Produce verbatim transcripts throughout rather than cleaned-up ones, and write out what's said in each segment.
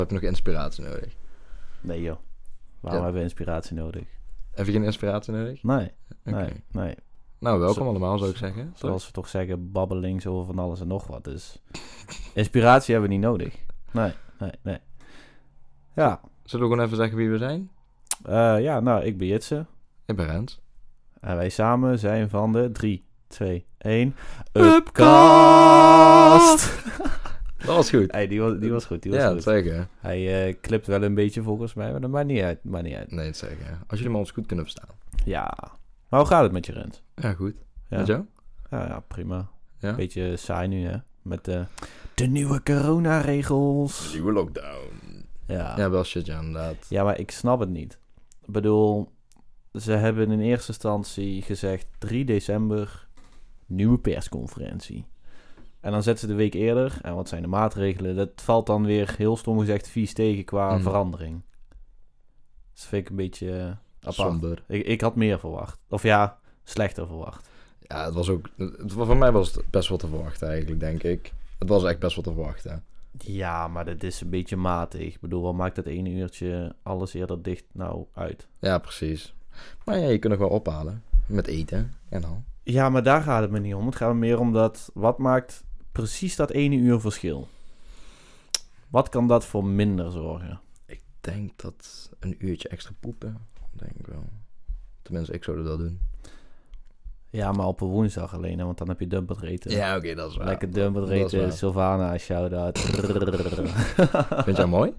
Heb je nog inspiratie nodig? Nee joh. Waarom Ja. hebben we inspiratie nodig? Heb je geen inspiratie nodig? Nee, Oké. nee, nee. Nou, welkom Zo- allemaal, zou ik zeggen. Zoals we toch zeggen, babbelings over van alles en nog wat. Dus inspiratie hebben we niet nodig. Nee, nee, nee. Ja, Zullen we gewoon even zeggen wie we zijn? eh, ja nou, ik ben Jitse. Ik ben Rens. En wij samen zijn van de drie, twee, één... Upcast! Dat was goed. Hey, die was, die was goed, die was Ja, goed. dat zeggen. Hij eh, klipt wel een beetje volgens mij, maar dat maakt niet uit. Maakt niet uit. Nee, dat zeggen. Als jullie maar ons goed kunnen verstaan. Ja. Maar hoe gaat het met je, Rens? Ja, goed. Ja, Met jou? ja, ja prima. Ja? Beetje saai nu, hè? Met de, de nieuwe coronaregels. Nieuwe lockdown. Ja. Ja, wel shit, ja, inderdaad. ja, maar ik snap het niet. Ik bedoel, ze hebben in eerste instantie gezegd drie december, nieuwe persconferentie. En dan zetten ze de week eerder, en wat zijn de maatregelen? Dat valt dan weer heel stom gezegd vies tegen qua Mm. verandering. Dat vind ik een beetje eh, apart. Somber. Ik, ik had meer verwacht. Of ja, slechter verwacht. Ja, het was ook... Het, voor mij was het best wel te verwachten eigenlijk, denk ik. Het was echt best wel te verwachten. Ja, maar dat is een beetje matig. Ik bedoel, wat maakt dat ene uurtje alles eerder dicht nou uit? Ja, precies. Maar ja, je kunt nog wel ophalen. Met eten en al. Ja, maar daar gaat het me niet om. Het gaat me meer om dat... Wat maakt precies dat ene uur verschil? Wat kan dat voor minder zorgen? Ik denk dat een uurtje extra poepen, denk ik wel. Tenminste, ik zou dat wel doen. Ja, maar op een woensdag alleen, hè, want dan heb je dumpert eten. Ja, oké, dat is waar. Lekker dumpert Dat is eten, waar. Sylvana, shout-out. Vind je dat mooi?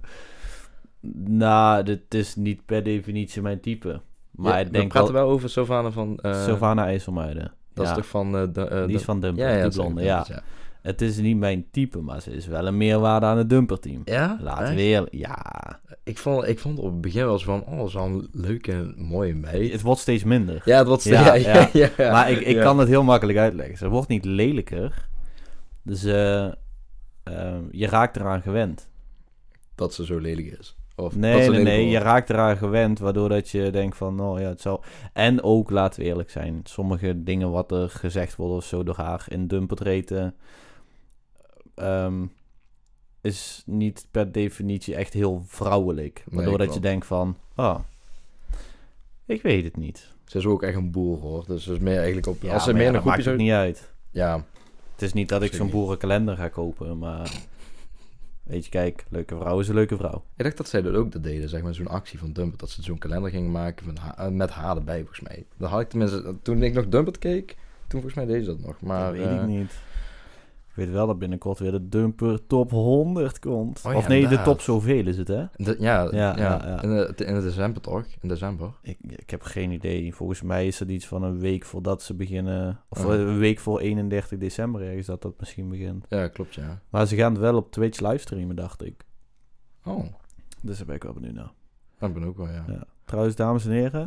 Nou, dit is niet per definitie mijn type. Maar Ja, ik we denk praten wel... wel over Sylvana van... eh, Sylvana IJsselmuiden. Dat ja, is toch van... eh, de, eh, die is de- van Dumper, Ja, ja, die dat zeg ik blonde, ja. net, ja. Het is niet mijn type, maar ze is wel een meerwaarde aan het dumperteam. Ja? Laten Echt? we eerlijk... Ja, Ik vond, ik vond op het begin wel eens van... Oh, zo'n leuke, mooie meid. het wordt steeds minder. Ja, het wordt... Ja, Ja, ja, ja, ja. Maar ik, ik Ja. kan het heel makkelijk uitleggen. Ze wordt niet lelijker. Dus eh, ehm, je raakt eraan gewend. Dat ze zo lelijk is. Of dat Nee, ze nee, lelijk nee. Je wordt. raakt eraan gewend, waardoor dat je denkt van, nou ja, het zal... En ook, laten we eerlijk zijn, sommige dingen wat er gezegd worden of zo door haar in dumpertreten... ehm is niet per definitie echt heel vrouwelijk. Nee, Waardoor dat je klopt. denkt van, oh, ik weet het niet. Ze is ook echt een boer, hoor. Dus ze is meer eigenlijk op... Ja, als ze maar meer ja, in een dat groepje maakt zou... het niet uit. Ja, Het is niet dat ik Zeker zo'n niet. boerenkalender ga kopen, maar... Weet je, kijk, leuke vrouw is een leuke vrouw. ik dacht dat zij dat ook dat deden, zeg maar, zo'n actie van Dumpert. Dat ze zo'n kalender gingen maken van ha- met haar erbij, volgens mij. Dat had ik tenminste... Toen ik nog Dumpert keek, toen volgens mij deed ze dat nog. Maar, dat weet ik eh, niet. Ik weet wel dat binnenkort weer de Dumper top honderd komt. Oh ja, of nee, de inderdaad. top zoveel is het, hè? de- ja, Ja, ja, ja, ja. In, de, in de december toch? In december. Ik, ik heb geen idee. Volgens mij is het iets van een week voordat ze beginnen... Of Oh. een week voor eenendertig december ergens dat dat misschien begint. Ja, klopt, ja. Maar ze gaan het wel op Twitch livestreamen, dacht ik. Oh, Dus daar ben ik wel benieuwd naar. dat ben ik ook wel, ja. Ja. Trouwens, dames en heren.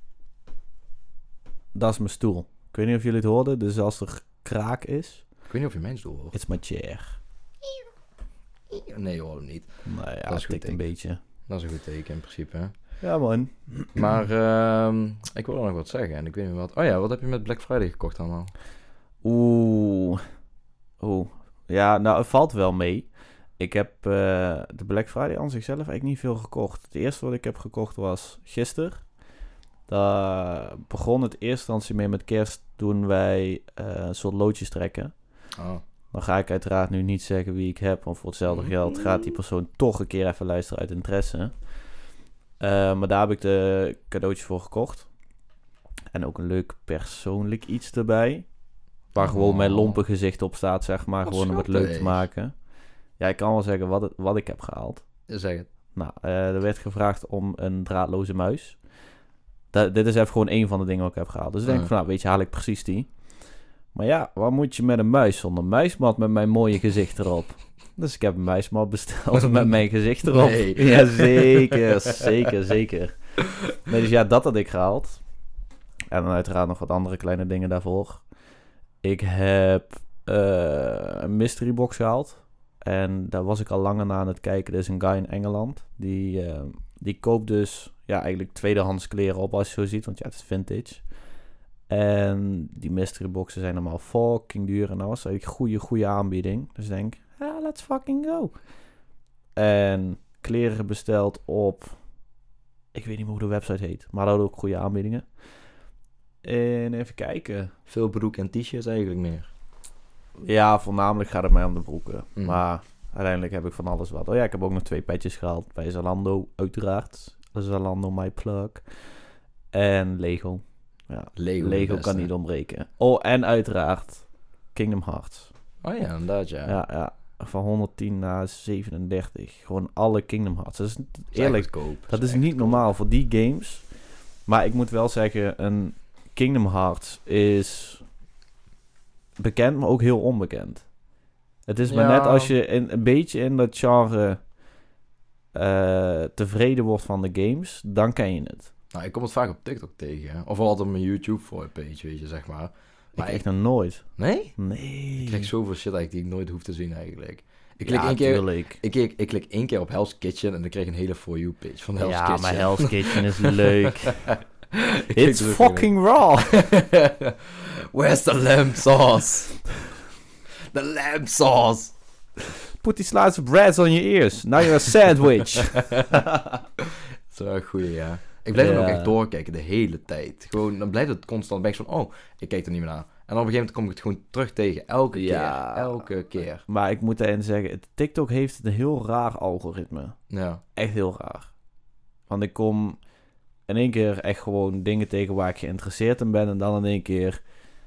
Dat is mijn stoel. Ik weet niet of jullie het hoorden. Dus als er kraak is, Ik weet niet of je mijn stoel hoort. it's my chair. Nee, je hoort hem niet. Nou ja, Dat is het goed tikt een teken. beetje. Dat is een goed teken in principe, hè. Ja, man. Maar ehm, ik wilde nog wat zeggen en ik weet niet wat. Oh ja, wat heb je met Black Friday gekocht allemaal? Oeh. Oeh. Ja, nou, het valt wel mee. Ik heb eh, de Black Friday aan zichzelf eigenlijk niet veel gekocht. Het eerste wat ik heb gekocht was gisteren. Daar begon het eerste instantie mee met kerst toen wij eh, een soort loodjes trekken. Oh. Dan ga ik uiteraard nu niet zeggen wie ik heb, want voor hetzelfde geld gaat die persoon toch een keer even luisteren uit interesse. Eh, maar daar heb ik de cadeautjes voor gekocht. En ook een leuk persoonlijk iets erbij. Waar gewoon mijn Oh. lompe gezicht op staat, zeg maar. Wat Gewoon om het leuk te schattig. maken. Ja, ik kan wel zeggen wat, het, wat ik heb gehaald. Zeg het. Nou, eh, er werd gevraagd om een draadloze muis. Da- dit is even gewoon één van de dingen wat ik heb gehaald. Dus ik denk Ah. van, nou, weet je, haal ik precies die. Maar ja, wat moet je met een muis zonder muismat met mijn mooie gezicht erop? Dus ik heb een muismat besteld met mijn gezicht erop. Nee. Ja, zeker, zeker, zeker. Nee, dus ja, dat had ik gehaald. En dan uiteraard nog wat andere kleine dingen daarvoor. Ik heb eh, een mystery box gehaald. En daar was ik al langer naar aan het kijken. Er is een guy in Engeland. Die, eh, die koopt dus ja, eigenlijk tweedehands kleren op als je zo ziet. Want ja, het is vintage. En die mystery boxen zijn allemaal fucking duur. En dat was eigenlijk een goede, goede aanbieding. Dus ik denk, ja, let's fucking go. En kleren besteld op... Ik weet niet meer hoe de website heet. Maar dat hadden ook goede aanbiedingen. En even kijken. Veel broek en t-shirts eigenlijk meer. Ja, voornamelijk gaat het mij om de broeken. Mm. Maar uiteindelijk heb ik van alles wat. Oh ja, ik heb ook nog twee petjes gehaald bij Zalando, uiteraard. Zalando My Plug. En Lego. Ja, Lego, Lego kan niet ontbreken. Oh, en uiteraard Kingdom Hearts. Oh ja, inderdaad, ja. Ja, ja. Van honderdtien naar zevenendertig. Gewoon alle Kingdom Hearts. Dat is Dat is eerlijk, echt goedkoop. dat is echt niet goedkoop. normaal voor die games. Maar ik moet wel zeggen, een Kingdom Hearts is bekend, maar ook heel onbekend. Het is maar Ja. net als je in, een beetje in dat genre eh, tevreden wordt van de games, dan ken je het. Nou, ik kom het vaak op TikTok tegen. Hè. Of altijd op mijn YouTube voor page, weet je, zeg maar. Maar ik ik... echt nog nooit. Nee? Nee. Ik krijg zoveel shit eigenlijk die ik nooit hoef te zien eigenlijk. Ik klik, ja, één, keer, tuurlijk. ik, klik, ik klik één keer op Hell's Kitchen en dan krijg ik een hele For You page van Hell's Ja, Kitchen. maar Hell's Kitchen is leuk. Ik It's klik er ook fucking raw. in. Where's the lamb sauce? The lamb sauce. Put these slices of bread on your ears. Now you're a sandwich. Dat is wel een goeie, ja. Ik blijf er Ja. ook echt doorkijken de hele tijd. Gewoon, dan blijft het constant. Dan ben ik van, oh, ik kijk er niet meer naar. En op een gegeven moment kom ik het gewoon terug tegen. Elke Ja. keer. Elke keer. Maar ik moet daarin zeggen, het- TikTok heeft een heel raar algoritme. Ja. Echt heel raar. Want ik kom in één keer echt gewoon dingen tegen waar ik geïnteresseerd in ben. En dan in één keer,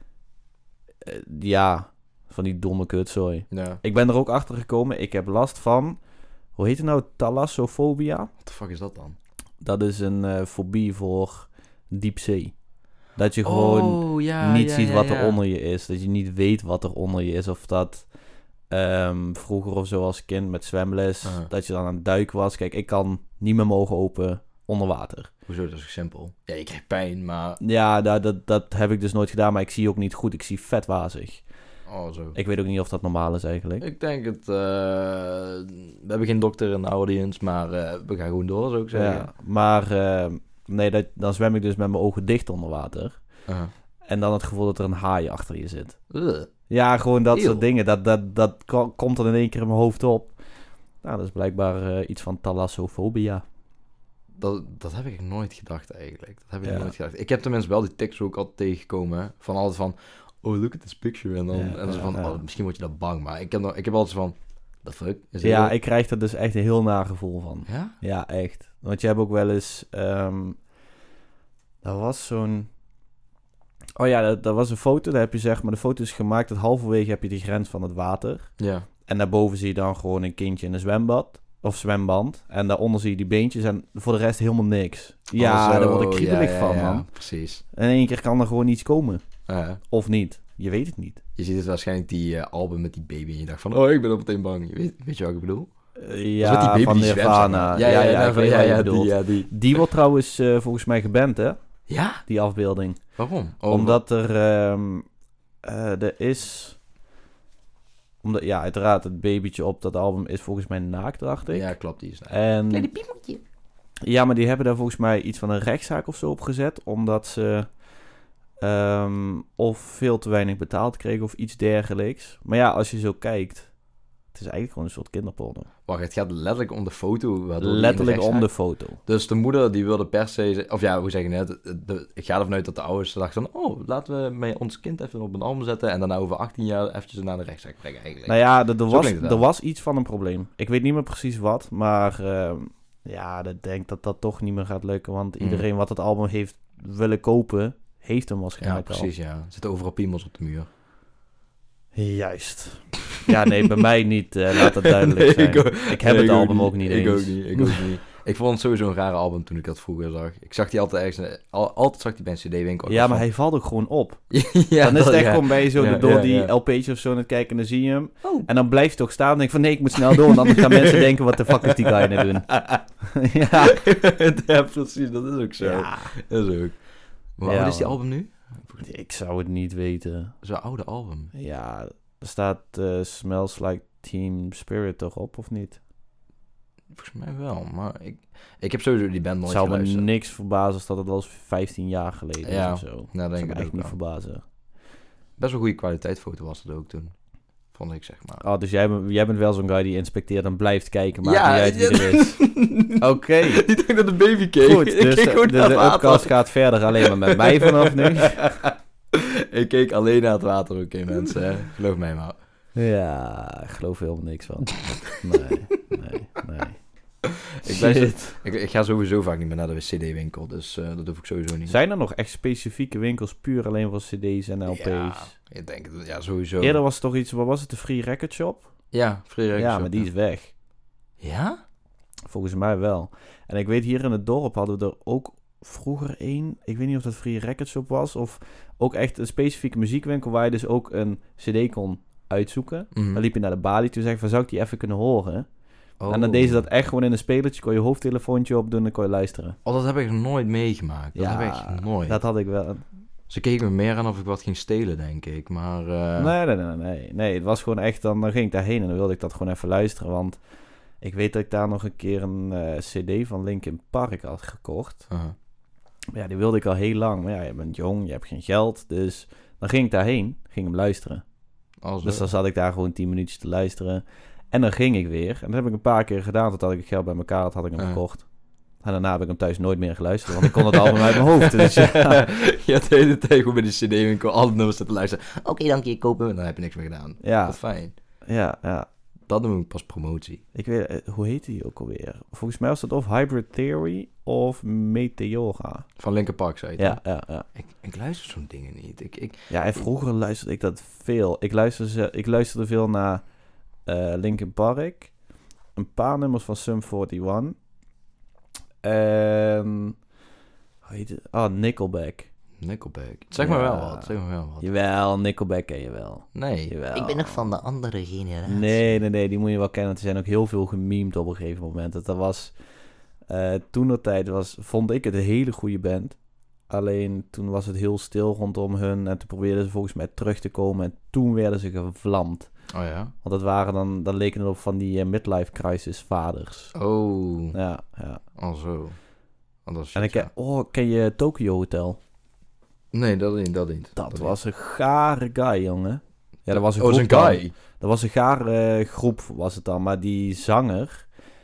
eh, ja, van die domme kutzooi. Ja. Ik ben er ook achter gekomen, ik heb last van, hoe heet het nou, thalassofobia? What the fuck is dat dan? Dat is een eh, fobie voor diepzee. Dat je gewoon oh, ja, niet ja, ziet ja, wat ja. er onder je is. Dat je niet weet wat er onder je is. Of dat ehm, vroeger of zo als kind met zwemles, Uh-huh. dat je dan aan het duiken was. Kijk, ik kan niet meer mogen open onder water. Hoezo, dat is toch simpel? Ja, je krijgt pijn, maar... Ja, dat, dat, dat heb ik dus nooit gedaan. Maar ik zie ook niet goed. Ik zie vet wazig. Oh, zo. Ik weet ook niet of dat normaal is eigenlijk. Ik denk het... eh, we hebben geen dokter in de audience, maar eh, we gaan gewoon door, zou ik zeggen. Ja, maar ehm, nee, dat, dan zwem ik dus met mijn ogen dicht onder water. Uh-huh. En dan het gevoel dat er een haai achter je zit. Ugh. Ja, gewoon dat Eeuw. soort dingen. Dat, dat, dat ko- komt dan in één keer in mijn hoofd op. Nou, dat is blijkbaar eh, iets van thalassofobia. Dat, dat heb ik nooit gedacht eigenlijk. Dat heb ik Ja. nooit gedacht. Ik heb tenminste wel die tekst ook altijd tegengekomen. hè. Van altijd van, oh, look at this picture. En dan, Ja, en dan zo ja, van, ja. oh, misschien word je dat bang. Maar ik heb, nog, ik heb altijd van, the fuck? Is dit Ja, het? ik krijg er dus echt een heel naar gevoel van. Ja? Ja, echt. Want je hebt ook wel eens... ehm dat was zo'n... Oh ja, dat, dat was een foto. Daar heb je zeg maar... De foto is gemaakt dat halverwege heb je de grens van het water. Ja. En daarboven zie je dan gewoon een kindje in een zwembad. Of zwemband. En daaronder zie je die beentjes. En voor de rest helemaal niks. Ja, Oh, zo. daar word ik kriebelig Ja, ja, van, ja, man. precies. En in één keer kan er gewoon iets komen. Ja. Of niet. Je weet het niet. Je ziet het waarschijnlijk die eh, album met die baby en je dacht van, oh, ik ben op meteen bang. Je weet, weet je wat ik bedoel? Uh, Dat is met ja, die baby van die zwemt, zeg Nirvana. maar. Ja, ja, ja, ik van- weet ja, wat je ja, bedoelt. die, ja, die. Die wordt trouwens eh, volgens mij geband, hè? Ja? Die afbeelding. Waarom? Oh, Omdat er... ehm, eh, er is... Omdat, ja, uiteraard, het babytje op dat album is volgens mij naakt, dacht ik. Ja, klopt, die is nou. En, Kleine piemeltje. ja, maar die hebben daar volgens mij iets van een rechtszaak of zo op gezet. Omdat ze ehm, of veel te weinig betaald kregen of iets dergelijks. Maar ja, als je zo kijkt... Het is eigenlijk gewoon een soort kinderporno. Wacht, het gaat letterlijk om de foto. waardoor die in Letterlijk om de rechtszaak- foto. Dus de moeder die wilde per se... Of ja, hoe zeg je het? De, de- ik ga ervan uit dat de ouders dachten van... Oh, laten we met ons kind even op een arm zetten... en daarna over achttien jaar eventjes naar de rechtszaak brengen eigenlijk. Nou ja, er, er, Zo was, klinkt het er wel. was iets van een probleem. Ik weet niet meer precies wat, maar ehm, ja, ik denk dat dat toch niet meer gaat lukken. Want Mm. iedereen wat het album heeft willen kopen, heeft hem ja, waarschijnlijk precies, ja. Er zitten overal piemels op de muur. al. Juist. Ja, nee, bij mij niet. eh, laat dat duidelijk Nee, zijn. ik ook- Ik, heb Nee, het ik album ook niet Ik eens. ook niet, ik ook niet. Ik vond het sowieso een rare album toen ik dat vroeger zag. Ik zag die altijd ergens... Al, altijd zag ik die bij een cd-winkel. Ja, maar hij valt ook gewoon op. ja, Dan is het echt ja. gewoon bij je zo Ja, door ja, die ja. L P'tjes of zo aan het kijken en dan zie je hem. Oh. En dan blijf je toch staan en denk van nee, ik moet snel door. Want anders gaan mensen denken, wat de fuck is die guy aan het doen? ja. ja, precies. Dat is ook zo. ja. Dat is ook. Hoe Ja, oud is die man. album nu? Ik zou het niet weten. Zo'n oude album. Ja, er staat eh, Smells Like Teen Spirit toch op, of niet? Volgens mij wel, maar ik, ik heb sowieso die band Het nooit zou me geluisterd. niks verbazen als dat het al vijftien jaar geleden Ja, is of zo. Nou, Dat denk zou ik me het echt ook niet wel. verbazen. Best wel goede kwaliteitsfoto was het ook toen. vond ik, zeg maar. Oh, dus jij, bent- jij bent wel zo'n guy die inspecteert en blijft kijken, maakt Ja, niet uit wie ja. er is. Oké. Die dacht dat de baby keek. Goed, Ik dus keek de, gewoon de, naar de het water. upcast gaat verder alleen maar met mij vanaf nu. Ik keek alleen naar het water, oké mensen. Hè? Geloof mij maar. Ja, ik geloof er helemaal niks van. Nee, nee, nee. Ik, luister, ik, ik ga sowieso vaak niet meer naar de C D-winkel, dus uh, dat hoef ik sowieso niet. Zijn er nog echt specifieke winkels puur alleen voor cd's en lp's? Ja, ik denk het, ja, sowieso. Eerder was het toch iets, wat was het, de Free Record Shop? Ja, Free Record Ja, Shop, maar die is weg. Ja? Volgens mij wel. En ik weet, hier in het dorp hadden we er ook vroeger één. Ik weet niet of dat Free Record Shop was, of ook echt een specifieke muziekwinkel waar je dus ook een cd kon uitzoeken. Mm. Dan liep je naar de balie toe en zei van, zou ik die even kunnen horen? Oh. En dan deden ze dat echt gewoon in een spelertje, kon je hoofdtelefoontje opdoen en kon je luisteren. Oh, dat heb ik nog nooit meegemaakt. Dat Ja, heb ik echt nooit. Dat had ik wel. Ze keken me meer aan of ik wat ging stelen, denk ik. Maar, uh... Nee, nee, nee, nee. Nee, het was gewoon echt, dan, dan ging ik daarheen en dan wilde ik dat gewoon even luisteren. Want ik weet dat ik daar nog een keer een uh, cd van Linkin Park had gekocht. Uh-huh. Ja, die wilde ik al heel lang. Maar ja, je bent jong, je hebt geen geld. Dus dan ging ik daarheen, ging hem luisteren. Also. Dus dan zat ik daar gewoon tien minuutjes te luisteren. En dan ging ik weer. En dat heb ik een paar keer gedaan. Totdat ik het geld bij elkaar had, had ik hem Uh. gekocht. En daarna heb ik hem thuis nooit meer geluisterd. Want ik kon het allemaal uit mijn hoofd. Dus ja. Je had de hele tijd gewoon bij die cd-winkel alle nummers te luisteren. Oké, okay, dank je, ik koop hem. En dan heb je niks meer gedaan. Ja. Wat fijn. Ja, ja. Dat noem ik pas promotie. Ik weet, hoe heet die ook alweer? Volgens mij was dat of Hybrid Theory of Meteora. Van Linkin Park, zei je Ja, toch? ja, ja. Ik, ik luister zo'n dingen niet. Ik, ik... Ja, en vroeger luisterde ik dat veel. Ik luisterde, ze- ik luisterde veel naar uh, Linkin Park. Een paar nummers van Sum eenenveertig. En... Hoe heet het? Ah, Nickelback. Nickelback. Zeg Ja. maar wel wat. Zeg maar wel wat. Jawel, Nickelback ken je wel. Nee. Jawel. Ik ben nog van de andere generatie. Nee, nee, nee, die moet je wel kennen. Er zijn ook heel veel gememd op een gegeven moment. Dat was... Uh, toen de tijd was, vond ik het een hele goede band. Alleen toen was het heel stil rondom hun. En toen probeerden ze volgens mij terug te komen. En toen werden ze gevlamd. Oh ja? Want dat waren dan... Dat leken het op van die uh, midlife crisis vaders. Oh. Ja, ja. Oh zo. Oh, dat is En ik shit, ken... Oh, ken je Tokyo Hotel? ja. Nee, dat niet. Dat niet. Dat niet. was een gare guy, jongen. Ja, dat was een Oh, groep zo'n dan. guy. Dat was een gare uh, groep, was het dan. Maar die zanger...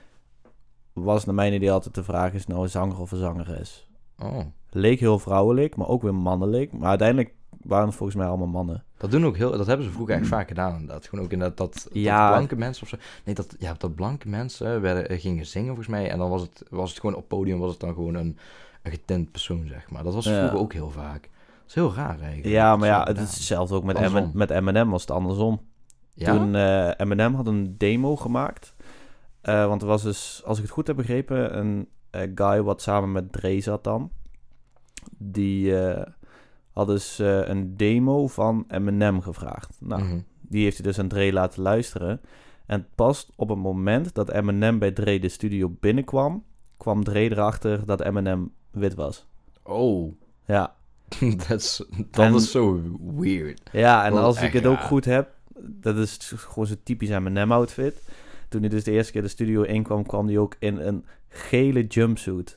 was naar mijn idee altijd de vraag... is nou een zanger of een zangeres? Oh. Leek heel vrouwelijk, maar ook weer mannelijk. Maar uiteindelijk waren het volgens mij allemaal mannen. Dat doen ook heel... Dat hebben ze vroeger echt vaak gedaan. Inderdaad. Gewoon ook inderdaad dat, dat Ja. blanke mensen of zo... Nee, dat, ja, dat blanke mensen werden, eh, gingen zingen volgens mij. En dan was het, was het gewoon op podium... was het dan gewoon een, een getint persoon, zeg maar. Dat was Ja. vroeger ook heel vaak. Dat is heel raar eigenlijk. Ja, maar ja, Dat het is is hetzelfde ook met, Andersom. M- met Eminem was het andersom. Ja? Toen uh, Eminem had een demo gemaakt. Uh, want er was dus, als ik het goed heb begrepen... een uh, guy wat samen met Dre zat dan. Die uh, had dus uh, een demo van Eminem gevraagd. Nou, Mm-hmm. die heeft hij dus aan Dre laten luisteren. En pas op het moment dat Eminem bij Dre de studio binnenkwam... kwam Dre erachter dat Eminem wit was. Oh. Ja. That's, dat En- is zo weird. Ja, en Dat is als ik echt het ook raar. goed heb... dat is gewoon zo'n typisch Eminem-outfit. Toen hij dus de eerste keer de studio inkwam... kwam hij ook in een gele jumpsuit.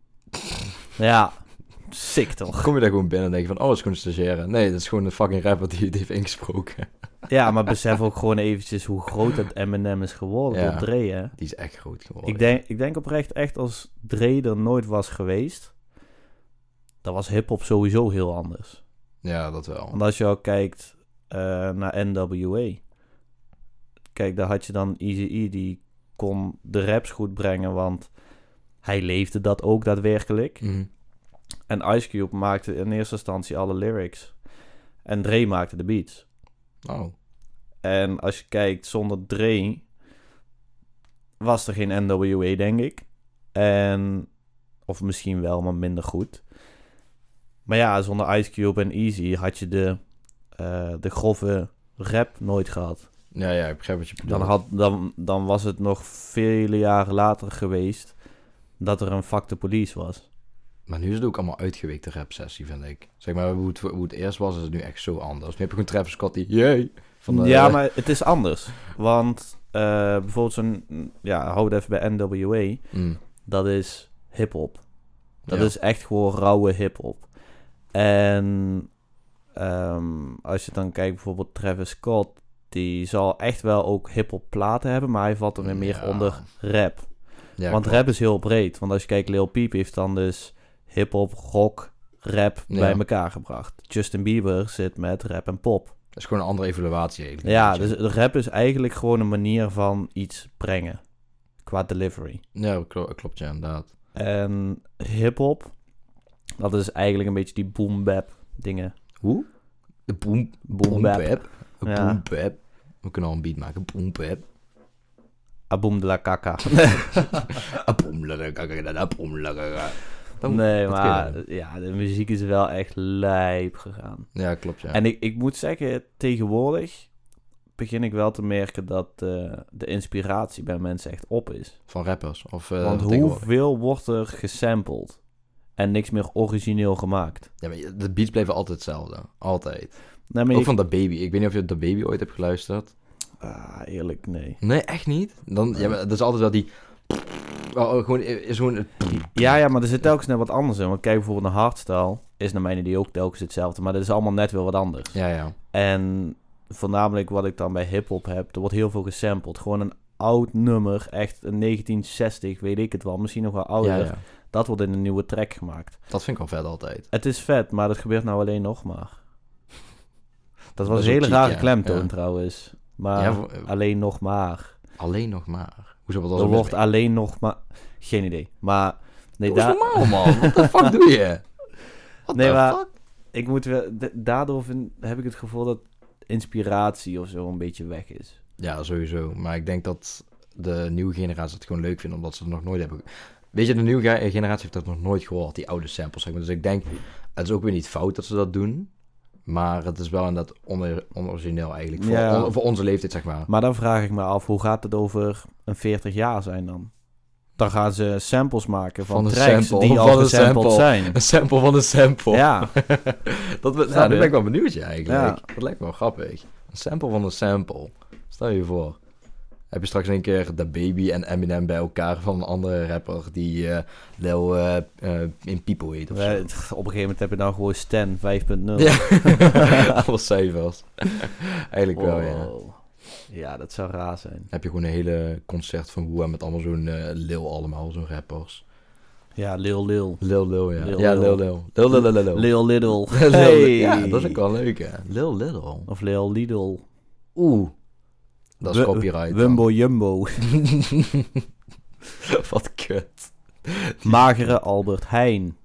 Ja, sick toch? Kom je daar gewoon binnen en denk je van... oh, dat is gewoon een stagiaire. Nee, dat is gewoon een fucking rapper die het heeft ingesproken. Ja, maar besef ook gewoon eventjes... hoe groot dat Eminem is geworden Ja. door Dre, hè? Die is echt groot geworden. Ik denk, ik denk oprecht echt als Dre er nooit was geweest... dan was hiphop sowieso heel anders. Ja, dat wel. Want als je ook kijkt uh, naar N W A... Kijk, daar had je dan Eazy-E, die kon de raps goed brengen, want hij leefde dat ook daadwerkelijk. Mhm. En Ice Cube maakte in eerste instantie alle lyrics. En Dre maakte de beats. Oh. En als je kijkt, zonder Dre was er geen N W A, denk ik. En, of misschien wel, maar minder goed. Maar ja, zonder Ice Cube en Eazy had je de, uh, de grove rap nooit gehad. Ja, ja, ik begrijp wat je bedoelt. Dan, had, dan, dan was het nog vele jaren later geweest dat er een Fuck the Police was. Maar nu is het ook allemaal uitgeweekte rap-sessie, vind ik. Zeg maar, hoe het, hoe het eerst was, is het nu echt zo anders. Nu heb je gewoon Travis Scott die... Yay! Van de, Ja, maar het is anders. Want uh, bijvoorbeeld zo'n... Ja, hou het even bij N W A. Mm. Dat is hip-hop. Dat Ja. is echt gewoon rauwe hip-hop. En um, als je dan kijkt bijvoorbeeld Travis Scott... die zal echt wel ook hip-hop platen hebben, maar hij valt er weer meer Ja. onder rap. Ja, Want klopt. rap is heel breed. Want als je kijkt, Lil Peep heeft dan dus hip-hop, rock, rap Ja. bij elkaar gebracht. Justin Bieber zit met rap en pop. Dat is gewoon een andere evaluatie eigenlijk. Ja, weet je. dus de rap is eigenlijk gewoon een manier van iets brengen. Qua delivery. Ja, klopt, klopt ja, inderdaad. En hip-hop, dat is eigenlijk een beetje die boom-bap dingen. Hoe? De boom... Boom-bap. Boom-bap. Een Ja. boom-bap. We kunnen al een beat maken. Boom-bap. Aboom de la kaka. Ah, boom, la, la, la, la, la, boom, la, la, la. Dat- Nee, dat maar kun je. ja, de muziek is wel echt lijp gegaan. Ja, klopt ja. En ik, ik moet zeggen, tegenwoordig begin ik wel te merken dat eh, de inspiratie bij mensen echt op is. Van rappers. Of, uh, Want hoeveel wordt er gesampled en niks meer origineel gemaakt? Ja, maar je- de beats blijven altijd hetzelfde. Altijd. Nee, maar Ook je- van The Baby. Ik weet niet of je The Baby ooit hebt geluisterd. Ah, eerlijk, nee. Nee, echt niet? Dan, ja, maar dat is altijd wel die... Oh, gewoon, is gewoon... Ja, ja, maar er zit telkens net wat anders in. Want kijk bijvoorbeeld naar Hardstyle, is naar mijn idee ook telkens hetzelfde. Maar dat is allemaal net weer wat anders. Ja, ja. En voornamelijk wat ik dan bij hip-hop heb, er wordt heel veel gesampled. Gewoon een oud nummer, echt een negentien zestig, weet ik het wel, misschien nog wel ouder. Ja, ja. Dat wordt in een nieuwe track gemaakt. Dat vind ik wel vet altijd. Het is vet, maar dat gebeurt nou alleen nog maar. Dat was is een ook hele cheap, rare ja. klemtoon Ja. trouwens. Maar Ja, voor- alleen nog maar. Alleen nog maar. Hoezo, wat was Er er wordt mis mee? alleen nog maar... Geen idee. Maar... Nee, Doe eens daar... normaal, man. Wat de fuck doe je? What Nee, the maar- fuck? Ik moet wel... d- Daardoor vind, heb ik het gevoel dat inspiratie of zo een beetje weg is. Ja, sowieso. Maar ik denk dat de nieuwe generatie het gewoon leuk vinden, omdat ze het nog nooit hebben... Weet je, de nieuwe ge- generatie heeft dat nog nooit gehoord, die oude samples, zeg maar. Dus ik denk, het is ook weer niet fout dat ze dat doen. Maar het is wel inderdaad on- onorigineel eigenlijk. Voor, Ja. on- voor onze leeftijd, zeg maar. Maar dan vraag ik me af, hoe gaat het over een veertig jaar zijn dan? Dan gaan ze samples maken van, Van een tracks sample, die van al een gesampled sample. zijn. Een sample van een sample. Ja, dat, we- Snap nou, dat je? ben ik wel benieuwd, ja, eigenlijk. Ja. Dat lijkt me wel grappig. Een sample van een sample. Stel je voor. Heb je straks een keer The Baby en Eminem bij elkaar van een andere rapper die eh Lil eh, eh, in People heet of we- zo. op een gegeven moment heb je dan gewoon Stan vijf punt nul. Ja, alle cijfers. Eigenlijk wel, ja. Wow. Ja, dat zou raar zijn. Heb je gewoon een hele concert van Woeha met allemaal zo'n eh, Lil allemaal, zo'n rappers. Ja, Lil Lil. Lil Lil, ja. Lil ja, Lil. Lil Lil. Lil Lil Lil Lil. Lil Lidl. Lil Lil. Hey. Ja, dat is ook wel leuk, hè. Lil Lil. Of Lil Lidl. Oeh. Dat is Wu- copyright. dan. Wumbo Jumbo. Wat kut. Magere Albert Heijn.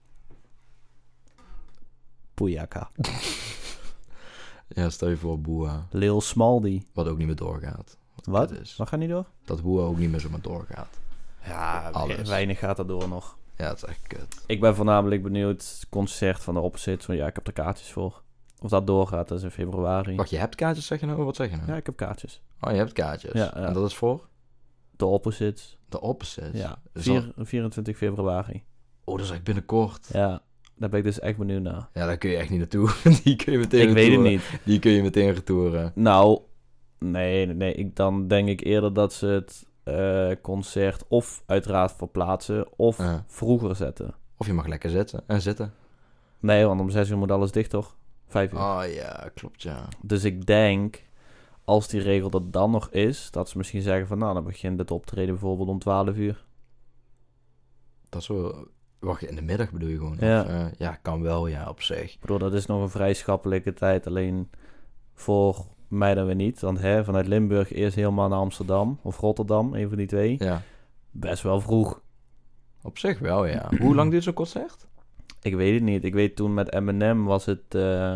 Poejaka. Ja, stel je voor Boeha. Lil Smaldy. Wat ook niet meer doorgaat. Wat? kut is. Wat gaat niet door? Dat Boeha ook niet meer zomaar doorgaat. Ja, Alles. weinig gaat er door nog. Ja, het is echt kut. Ik ben voornamelijk benieuwd, het concert van de Opposites. Want ja, ik heb er kaartjes voor. Of dat doorgaat, dat is in februari. Wacht, je hebt kaartjes, zeg je nou? Wat zeg je nou? Ja, ik heb kaartjes. Oh, je hebt kaartjes. Ja, ja. En dat is voor? De Opposites. De opposite. Ja, Is vier- vierentwintig februari. Oh, dat is echt binnenkort. Ja. Ja, daar ben ik dus echt benieuwd naar. Daar kun je echt niet naartoe. Die kun je meteen Ik weet het retouren. niet. Die kun je meteen retouren. Nou, nee, nee, nee. Ik, dan denk ik eerder dat ze het eh, concert of uiteraard verplaatsen of Ja. vroeger zetten. Of je mag lekker zitten en zitten. Nee, want om zes uur moet alles dicht, toch? Vijf uur. Oh ja, klopt ja. Dus ik denk, als die regel er dan nog is, dat ze misschien zeggen van, nou, dan begint het optreden bijvoorbeeld om twaalf uur. Dat is zo... Wacht, in de middag bedoel je gewoon? Ja. Of, eh, ja, kan wel, ja, op zich. Ik bedoel, dat is nog een vrij schappelijke tijd, alleen voor mij dan weer niet. Want hè, vanuit Limburg eerst helemaal naar Amsterdam of Rotterdam, een van die twee. Ja, Best wel vroeg. op zich wel, ja. Hoe lang duurt zo'n concert? Ik weet het niet. Ik weet toen met Eminem was het eh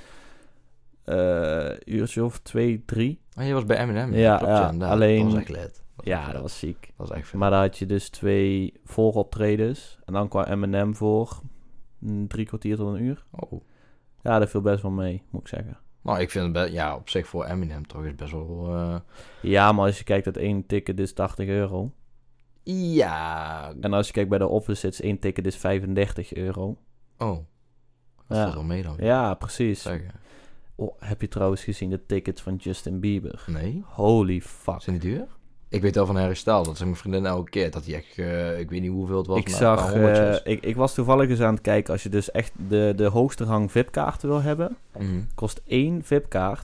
eh, uurtje of twee, drie. Oh, je was bij Eminem. Ja, klopt, ja, inderdaad. alleen- Dat was echt lit. Dat Ja, echt dat vet. was ziek. Dat was echt veel. Maar daar had je dus twee vooroptredens. En dan kwam Eminem voor mm, drie kwartier tot een uur. Oh. Ja, dat viel best wel mee, moet ik zeggen. Nou, ik vind het be- ja, op zich voor Eminem toch is best wel... eh, Ja, maar als je kijkt, dat één ticket is tachtig euro. Ja. En als je kijkt bij de Opposites, één ticket is vijfendertig euro. Oh. Dat Ja. valt wel mee dan. Ja, precies. Zeggen. Oh, heb je trouwens gezien de tickets van Justin Bieber? Nee? Holy fuck. Zijn die duur? Ik weet wel van Harry Styles, dat zegt mijn vriendin elke keer, dat hij echt, eh, ik weet niet hoeveel het was, Ik maar zag, een paar honderdjes. eh, ik, ik was toevallig eens aan het kijken. Als je dus echt de, de hoogste rang V I P-kaarten wil hebben, Mhm. kost één V I P-kaart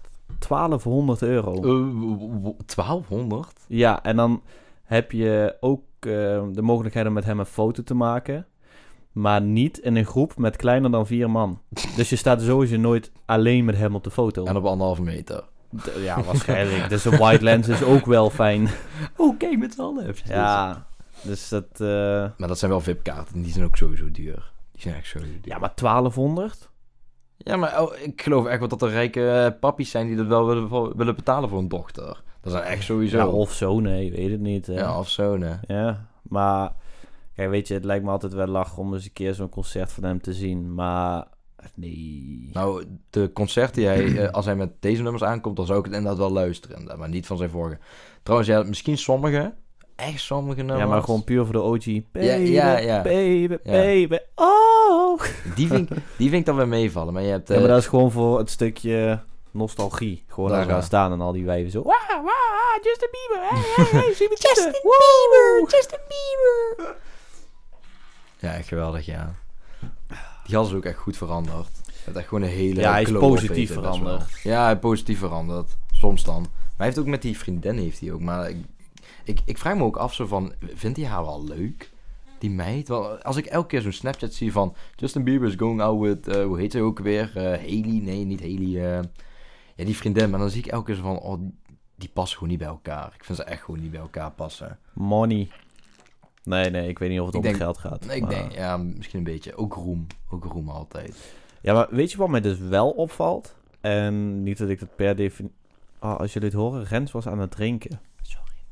twaalfhonderd euro. Uh, twaalfhonderd? Ja, en dan heb je ook uh, de mogelijkheid om met hem een foto te maken. Maar niet in een groep met kleiner dan vier man. Dus je staat sowieso nooit alleen met hem op de foto. En op anderhalve meter. D- ja, waarschijnlijk. Dus een wide lens is ook wel fijn. Oh, kijk, met z'n allen eventjes. Ja, dus dat... Uh... Maar dat zijn wel V I P-kaarten. Die zijn ook sowieso duur. Die zijn echt sowieso duur. Ja, maar twaalfhonderd? Ja, maar oh, ik geloof echt wel dat er rijke uh, pappies zijn die dat wel willen, willen betalen voor een dochter. Dat zijn echt sowieso. Ja, of zo, nee, weet het niet. Hè. Ja, of zo, nee. Ja, maar... Kijk, weet je, het lijkt me altijd wel lachen om eens een keer zo'n concert van hem te zien. Maar... Nee. Nou, de concert die hij... uh, als hij met deze nummers aankomt, dan zou ik het inderdaad wel luisteren. Maar niet van zijn vorige. Trouwens, ja, misschien sommige... Echt sommige nummers. Ja, maar gewoon puur voor de O G. Baby, Ja, ja, ja. baby, Ja. baby, oh! Die vind, ik- die vind ik dan weer meevallen. Maar je hebt... Ja, uh, maar dat is gewoon voor het stukje nostalgie. Gewoon Dat daar is gaan waar. staan en al die wijven zo... Wauw, wauw, Justin Bieber, hey, hey, hey, zie me Justin zitten. Bieber, Justin Bieber. Ja, echt geweldig, ja. Die gast is ook echt goed veranderd. Het echt gewoon een hele... Ja, hij is glow-up positief heeft hij best wel. veranderd. Ja, hij is positief veranderd. Soms dan. Maar hij heeft ook met die vriendin heeft hij ook. Maar ik, ik, ik vraag me ook af zo van... Vindt hij haar wel leuk? Die meid? Wel, als ik elke keer zo'n Snapchat zie van... Justin Bieber is going out with... uh, hoe heet ze ook weer? Uh, Hailey? Nee, niet Hailey. Uh, ja, die vriendin. Maar dan zie ik elke keer zo van... Oh, die passen gewoon niet bij elkaar. Ik vind ze echt gewoon niet bij elkaar passen. Money. Nee, nee, ik weet niet of het Ik om denk- geld gaat. Nee, ik maar- denk... Ja, misschien een beetje. Ook roem. Ook roem altijd. Ja, maar weet je wat mij dus wel opvalt? En niet dat ik het per definitie... Oh, als jullie het horen, Rens was aan het drinken. Sorry.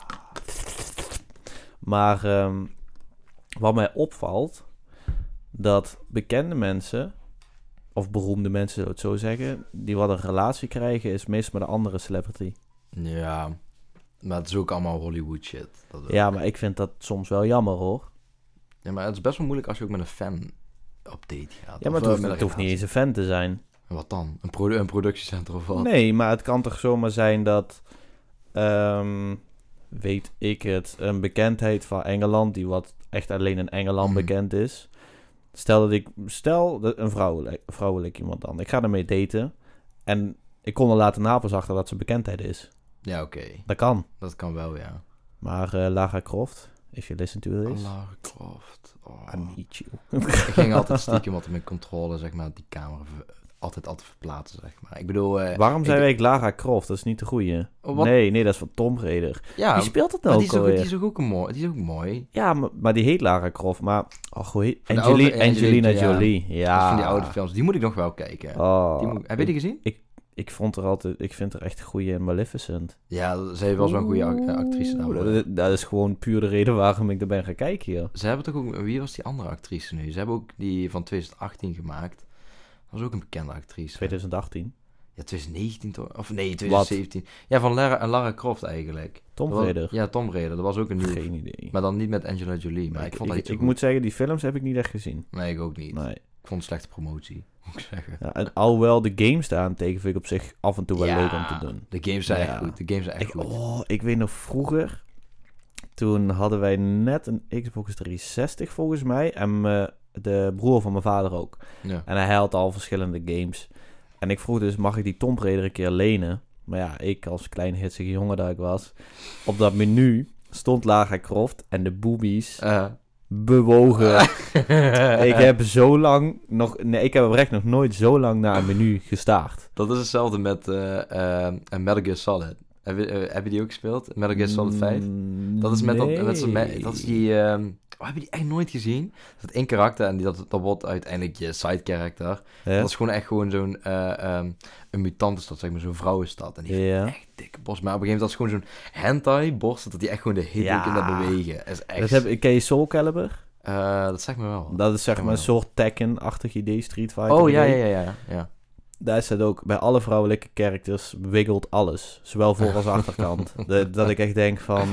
Maar ehm, wat mij opvalt... Dat bekende mensen... Of beroemde mensen, zou ik het zo zeggen... Die wat een relatie krijgen... Is meestal met een andere celebrity. Ja... Maar het is ook allemaal Hollywood shit. Dat ook. Ja, maar ik vind dat soms wel jammer, hoor. Ja, maar het is best wel moeilijk als je ook met een fan op date gaat. Ja, maar Of, het uh, hoeft, met het een hoeft niet relatie. eens een fan te zijn. En wat dan? Een, produ- een productiecentrum of wat? Nee, maar het kan toch zomaar zijn dat... ehm, weet ik het, een bekendheid van Engeland... die wat echt alleen in Engeland Mhm. bekend is. Stel dat ik... Stel dat een vrouwelijk, vrouwelijk iemand dan. Ik ga ermee daten. En ik kom er later na pas achter dat ze bekendheid is. Ja, oké. Dat kan. Dat kan wel, ja. Maar uh, Lara Croft, if you listen to this... Lara Croft. Oh. I need you. Ik ging altijd stiekem wat met controle, zeg maar, die camera ver- altijd altijd verplaatsen, zeg maar. Ik bedoel... eh, Waarom ik- zei ik Lara Croft? Dat is niet de goeie. Oh, wat? Nee, nee, dat is van Tomb Raider. Ja, Wie speelt het maar nou die ook is, ook, die alweer? is ook, ook een mooi. Die is ook mooi. Ja, maar, maar die heet Lara Croft. Maar, oh, hoe heet... Van de Angeli- oude- Angelina Angelina, ja. Jolie. Dat Ja. is van die oude films. Die moet ik nog wel kijken. Oh, Die moet, heb je die gezien? Ik, ik vond er altijd... Ik vind er echt een goeie in Maleficent. Ja, ze heeft wel zo'n goede ac- actrice Oeh, daarvoor. dat, dat is gewoon puur de reden waarom ik er ben gaan kijken, joh. Ze hebben toch ook... Wie was die andere actrice nu? Ze hebben ook die van twintig achttien gemaakt. Dat was ook een bekende actrice. twintig achttien. Ja, twintig negentien toch? Of nee, twintig zeventien. Ja, van Lara, Lara Croft eigenlijk. Tomb Dat was- Raider. Ja, Tomb Raider. Dat was ook een nieuw... Geen idee. Maar dan niet met Angelina Jolie. Maar Maar ik, ik, vond dat ik, niet zo ik goed. moet zeggen, die films heb ik niet echt gezien. Nee, ik ook niet. Nee. Ik vond het slechte promotie, moet ik zeggen. Ja, en alhoewel de games daarentegen vind ik op zich af en toe wel Ja, leuk om te doen. De games zijn Ja. echt goed. De games zijn echt Ik, goed. oh, ik weet nog vroeger, toen hadden wij net een Xbox driehonderdzestig volgens mij. En me- de broer van mijn vader ook. Ja. En hij had al verschillende games. En ik vroeg dus, mag ik die Tomb Raider een keer lenen? Maar ja, ik als klein hitsige jongen dat ik was. Op dat menu stond Lara Croft en de boobies Eh. bewogen. Ik heb zo lang nog... Nee, ik heb oprecht nog nooit zo lang naar een menu gestaard. Dat is hetzelfde met eh eh, Metal Gear Solid. Heb je, eh, heb je die ook gespeeld? Metal Gear Solid vijf? Mm, Dat is met, dat, met zo'n... nee. me- Dat is die... ehm, oh, heb je die echt nooit gezien? Dat is één karakter en die, dat, dat wordt uiteindelijk je side character. Hè? Dat is gewoon echt gewoon zo'n... eh, ehm, een mutantenstad, zeg maar. Zo'n vrouwenstad. En die heeft Ja. echt dikke borst. Maar op een gegeven moment dat is gewoon zo'n hentai borst. Dat die echt gewoon de hit Ja. ook in dat bewegen. Dat is echt... Dat heb, ik- ken je Soul Calibur? eh, dat zegt me wel. Dat is zeg Ken maar me een wel. soort Tekken-achtig idee, Street Fighter Oh, ja, ja, idee. ja, ja. ja. Daar staat ook, bij alle vrouwelijke characters wiggelt alles. Zowel voor- als achterkant. De, dat ik echt denk van,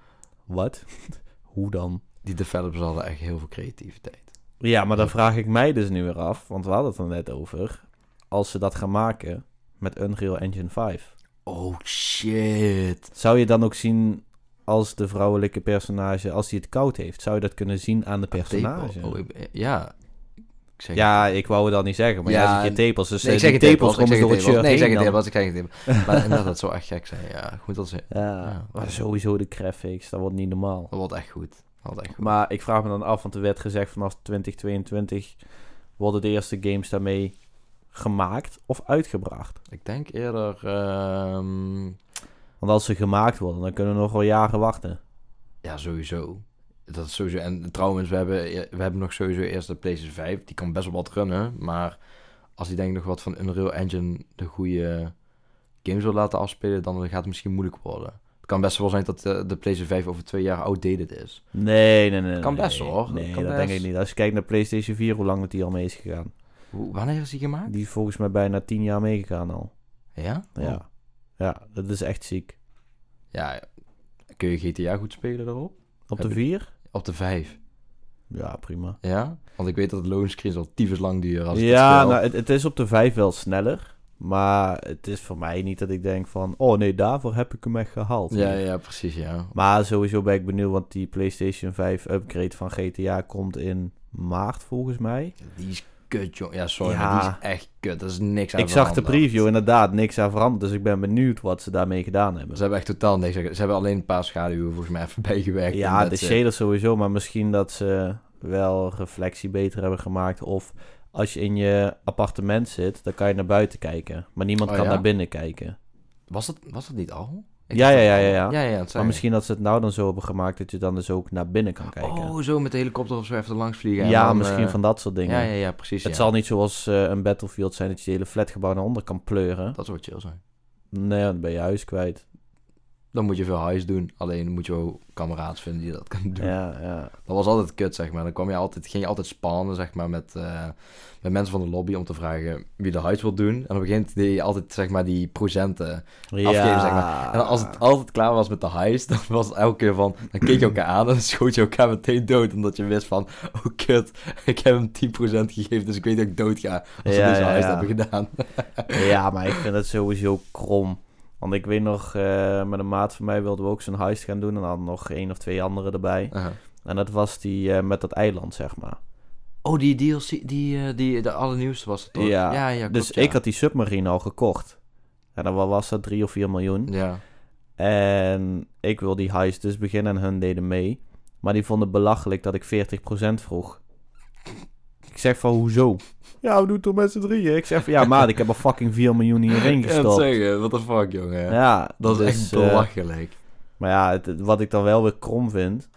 wat? Hoe dan? Die developers hadden echt heel veel creativiteit. Ja, maar dan vraag ik mij dus nu weer af, want we hadden het er net over. Als ze dat gaan maken met Unreal Engine vijf. Oh, shit. Zou je dan ook zien als de vrouwelijke personage, als die het koud heeft, zou je dat kunnen zien aan de personage? Oh, ik- ja. Ik zeg Ja, ik wou het al niet zeggen, maar Ja, jij zegt je tepels. Dus nee, ik eh, zeg die het tepels tepels, ik komen zeg door het het tepels. shirt Nee, ik zeg heen het dan. tepels, ik zeg het tepels. Maar inderdaad, dat zou echt gek zijn. Ja, goed dat ze... Ja, Ja, maar ja. sowieso de graphics, dat wordt niet normaal. Dat wordt echt goed. Dat wordt echt goed. Maar ik vraag me dan af, want er werd gezegd vanaf twintig tweeëntwintig worden de eerste games daarmee gemaakt of uitgebracht. Ik denk eerder... ehm, Want als ze gemaakt worden, dan kunnen we nog wel jaren wachten. Ja, sowieso. Dat is sowieso. En trouwens, we hebben, we hebben nog sowieso eerst de PlayStation vijf. Die kan best wel wat runnen. Maar als die denk ik nog wat van Unreal Engine de goede games wil laten afspelen, dan gaat het misschien moeilijk worden. Het kan best wel zijn dat de, de PlayStation vijf over twee jaar outdated is. Nee, nee, nee. Kan nee, best, nee. hoor. Nee, Kan dat best. denk ik niet. Als je kijkt naar PlayStation vier, hoe lang het die al mee is gegaan. Hoe, wanneer is die gemaakt? Die is volgens mij bijna tien jaar meegegaan al. Ja? Ja. Oh. Ja, dat is echt ziek. Ja, kun je G T A goed spelen daarop? Op Heb de je- vier? Op de vijf. Ja, prima. Ja? Want ik weet dat het loadscreens al tyfus lang duren als ik het Ja, speel. nou, het, het is op de vijf wel sneller. Maar het is voor mij niet dat ik denk van... Oh nee, daarvoor heb ik hem echt gehaald. Ja, ja, precies, ja. Maar sowieso ben ik benieuwd, want die PlayStation vijf upgrade van G T A komt in maart volgens mij. Die is kut, joh. Ja, sorry, Ja. maar die is echt kut. Dat is niks aan Ik zag de veranderd. preview, inderdaad, niks aan veranderd. Dus ik ben benieuwd wat ze daarmee gedaan hebben. Ze hebben echt totaal niks. Ze hebben alleen een paar schaduwen volgens mij even bijgewerkt. Ja, en de that's it. shaders sowieso, maar misschien dat ze wel reflectie beter hebben gemaakt. Of als je in je appartement zit, dan kan je naar buiten kijken. Maar niemand Oh, kan ja? naar binnen kijken. Was dat, was dat niet al? Ik Ja, dacht ja, dat ja, al- ja, ja. ja, ja, het Maar zijn. misschien dat ze het nou dan zo hebben gemaakt dat je dan dus ook naar binnen kan kijken. Oh, zo met de helikopter of zo even langs vliegen. en ja, dan, misschien eh, van dat soort dingen. Ja, ja, ja, precies. Het ja. zal niet zoals eh, een Battlefield zijn dat je de hele flatgebouw naar onder kan pleuren. Dat zou chill zijn. Nee, dan ben je huis kwijt. Dan moet je veel huis doen. Alleen moet je wel kamerads vinden die dat kunnen doen. Ja, ja. Dat was altijd kut, zeg maar. Dan kwam je altijd, ging je altijd spannen, zeg maar, met, eh, met mensen van de lobby om te vragen wie de huis wil doen. En op een gegeven moment deed je altijd, zeg maar, die procenten afgeven, zeg maar. En als het altijd klaar was met de heist, dan was het elke keer van... Dan keek je elkaar aan en dan schoot je elkaar meteen dood. Omdat je wist van, oh kut, ik heb hem tien procent gegeven, dus ik weet dat ik dood ga. Als we Ja, deze ja, heist ja. hebben gedaan. Ja, maar ik vind het sowieso krom. Want ik weet nog, eh, met een maat van mij wilden we ook zo'n heist gaan doen. En dan hadden nog één of twee anderen erbij. Uh-huh. En dat was die eh, met dat eiland, zeg maar. Oh, die D L C, die, eh, die de allernieuwste was het toch? Ja, ja, ja klopt, Dus ja. ik had die submarine al gekocht. En dan wa- was dat drie of vier miljoen. Ja. En ik wil die heist dus beginnen en hun deden mee. Maar die vonden belachelijk dat ik veertig procent vroeg. Ik zeg van, hoezo? Ja, we doen het toch met z'n drieën? Ik zeg van, ja maat, ik heb al fucking vier miljoen hierin Ja, dat gestopt. zeggen, what the fuck, jongen. Ja, Dat is dus, echt eh, belachelijk. maar ja, het- het- wat ik dan wel weer krom vind...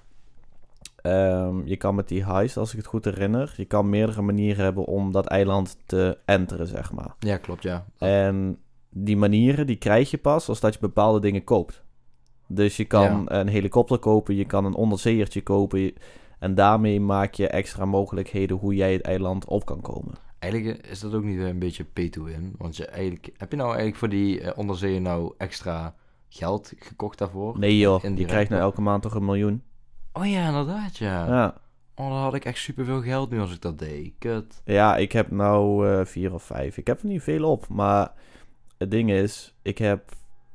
ehm, je kan met die heist, als ik het goed herinner... je kan meerdere manieren hebben om dat eiland te enteren, zeg maar. Ja, klopt, ja. En die manieren, die krijg je pas als dat je bepaalde dingen koopt. Dus je kan een helikopter kopen, je kan een onderzeeërtje kopen... je- en daarmee maak je extra mogelijkheden hoe jij het eiland op kan komen. Eigenlijk is dat ook niet een beetje pay to win. Want je eigenlijk, heb je nou eigenlijk voor die uh, onderzeeën nou extra geld gekocht daarvoor? Nee joh, je Indirect krijgt nou ook. elke maand toch een miljoen? Oh ja, inderdaad, ja. Ja, Oh, dan had ik echt superveel geld nu als ik dat deed. Kut. ja ik heb nou eh, vier of vijf. Ik heb er niet veel op, maar het ding is, ik heb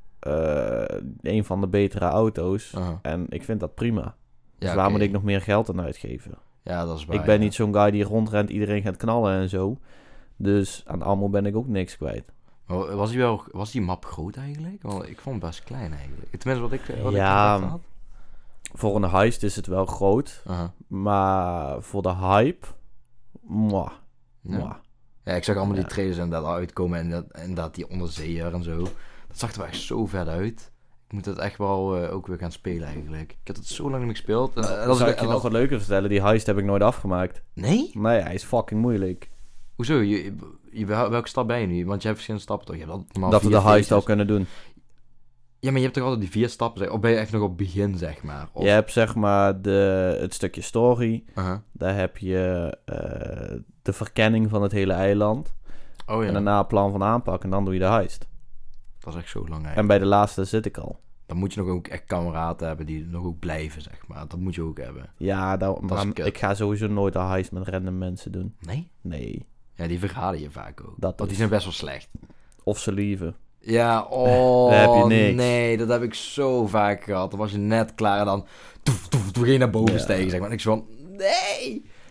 eh, een van de betere auto's. Uh-huh. En ik vind dat prima. Dus Ja, waar oké. moet ik nog meer geld aan uitgeven? Ja, dat is waar. ik ben ja. niet zo'n guy die rondrent, iedereen gaat knallen en zo. Dus aan ammo ben ik ook niks kwijt. Maar was die, wel, was die map groot eigenlijk? Want ik vond hem best klein eigenlijk. Tenminste, wat ik, wat Ja. ik gedacht had. Voor een heist is het wel groot. Uh-huh. Maar voor de hype... Mwah, Ja. mwah. Ja, ik zag allemaal die Ja. trailers inderdaad uitkomen en dat, en dat die onderzeeër en zo. Dat zag er wel echt zo vet uit. Ik moet dat echt wel eh, ook weer gaan spelen eigenlijk. Ik heb het zo lang niet meer gespeeld. En, en Dan als zal ik, ik je en nog als- wat leuker vertellen. Die heist heb ik nooit afgemaakt. Nee? Nee, hij is fucking moeilijk. Hoezo? Je, je, wel- welke stap ben je nu? Want je hebt verschillende stappen toch? Je hebt al- normaal dat we vier de heist al phases. kunnen doen. Ja, maar je hebt toch altijd die vier stappen? Zeg. Of ben je echt nog op het begin, zeg maar? Of... Je hebt zeg maar de, het stukje story. Uh-huh. Daar heb je eh, de verkenning van het hele eiland. Oh ja, En daarna een plan van aanpak. En dan doe je de heist. dat is echt zo lang eigenlijk. En bij de laatste zit ik al. Dan moet je nog ook echt kameraden hebben die nog ook blijven, zeg maar. Dat moet je ook hebben. Ja, daar- Dat is maar kut. ik ga sowieso nooit een heist met random mensen doen. Nee? Nee. Ja, die verraden je vaak ook. Dat Want die is- zijn best wel slecht. Of ze lieven. Ja, oh, Daar heb je niks. nee, dat heb ik zo vaak gehad. Dan was je net klaar en dan toef, toef, toen ging je naar boven Ja. stijgen, zeg maar. En ik zo van, nee!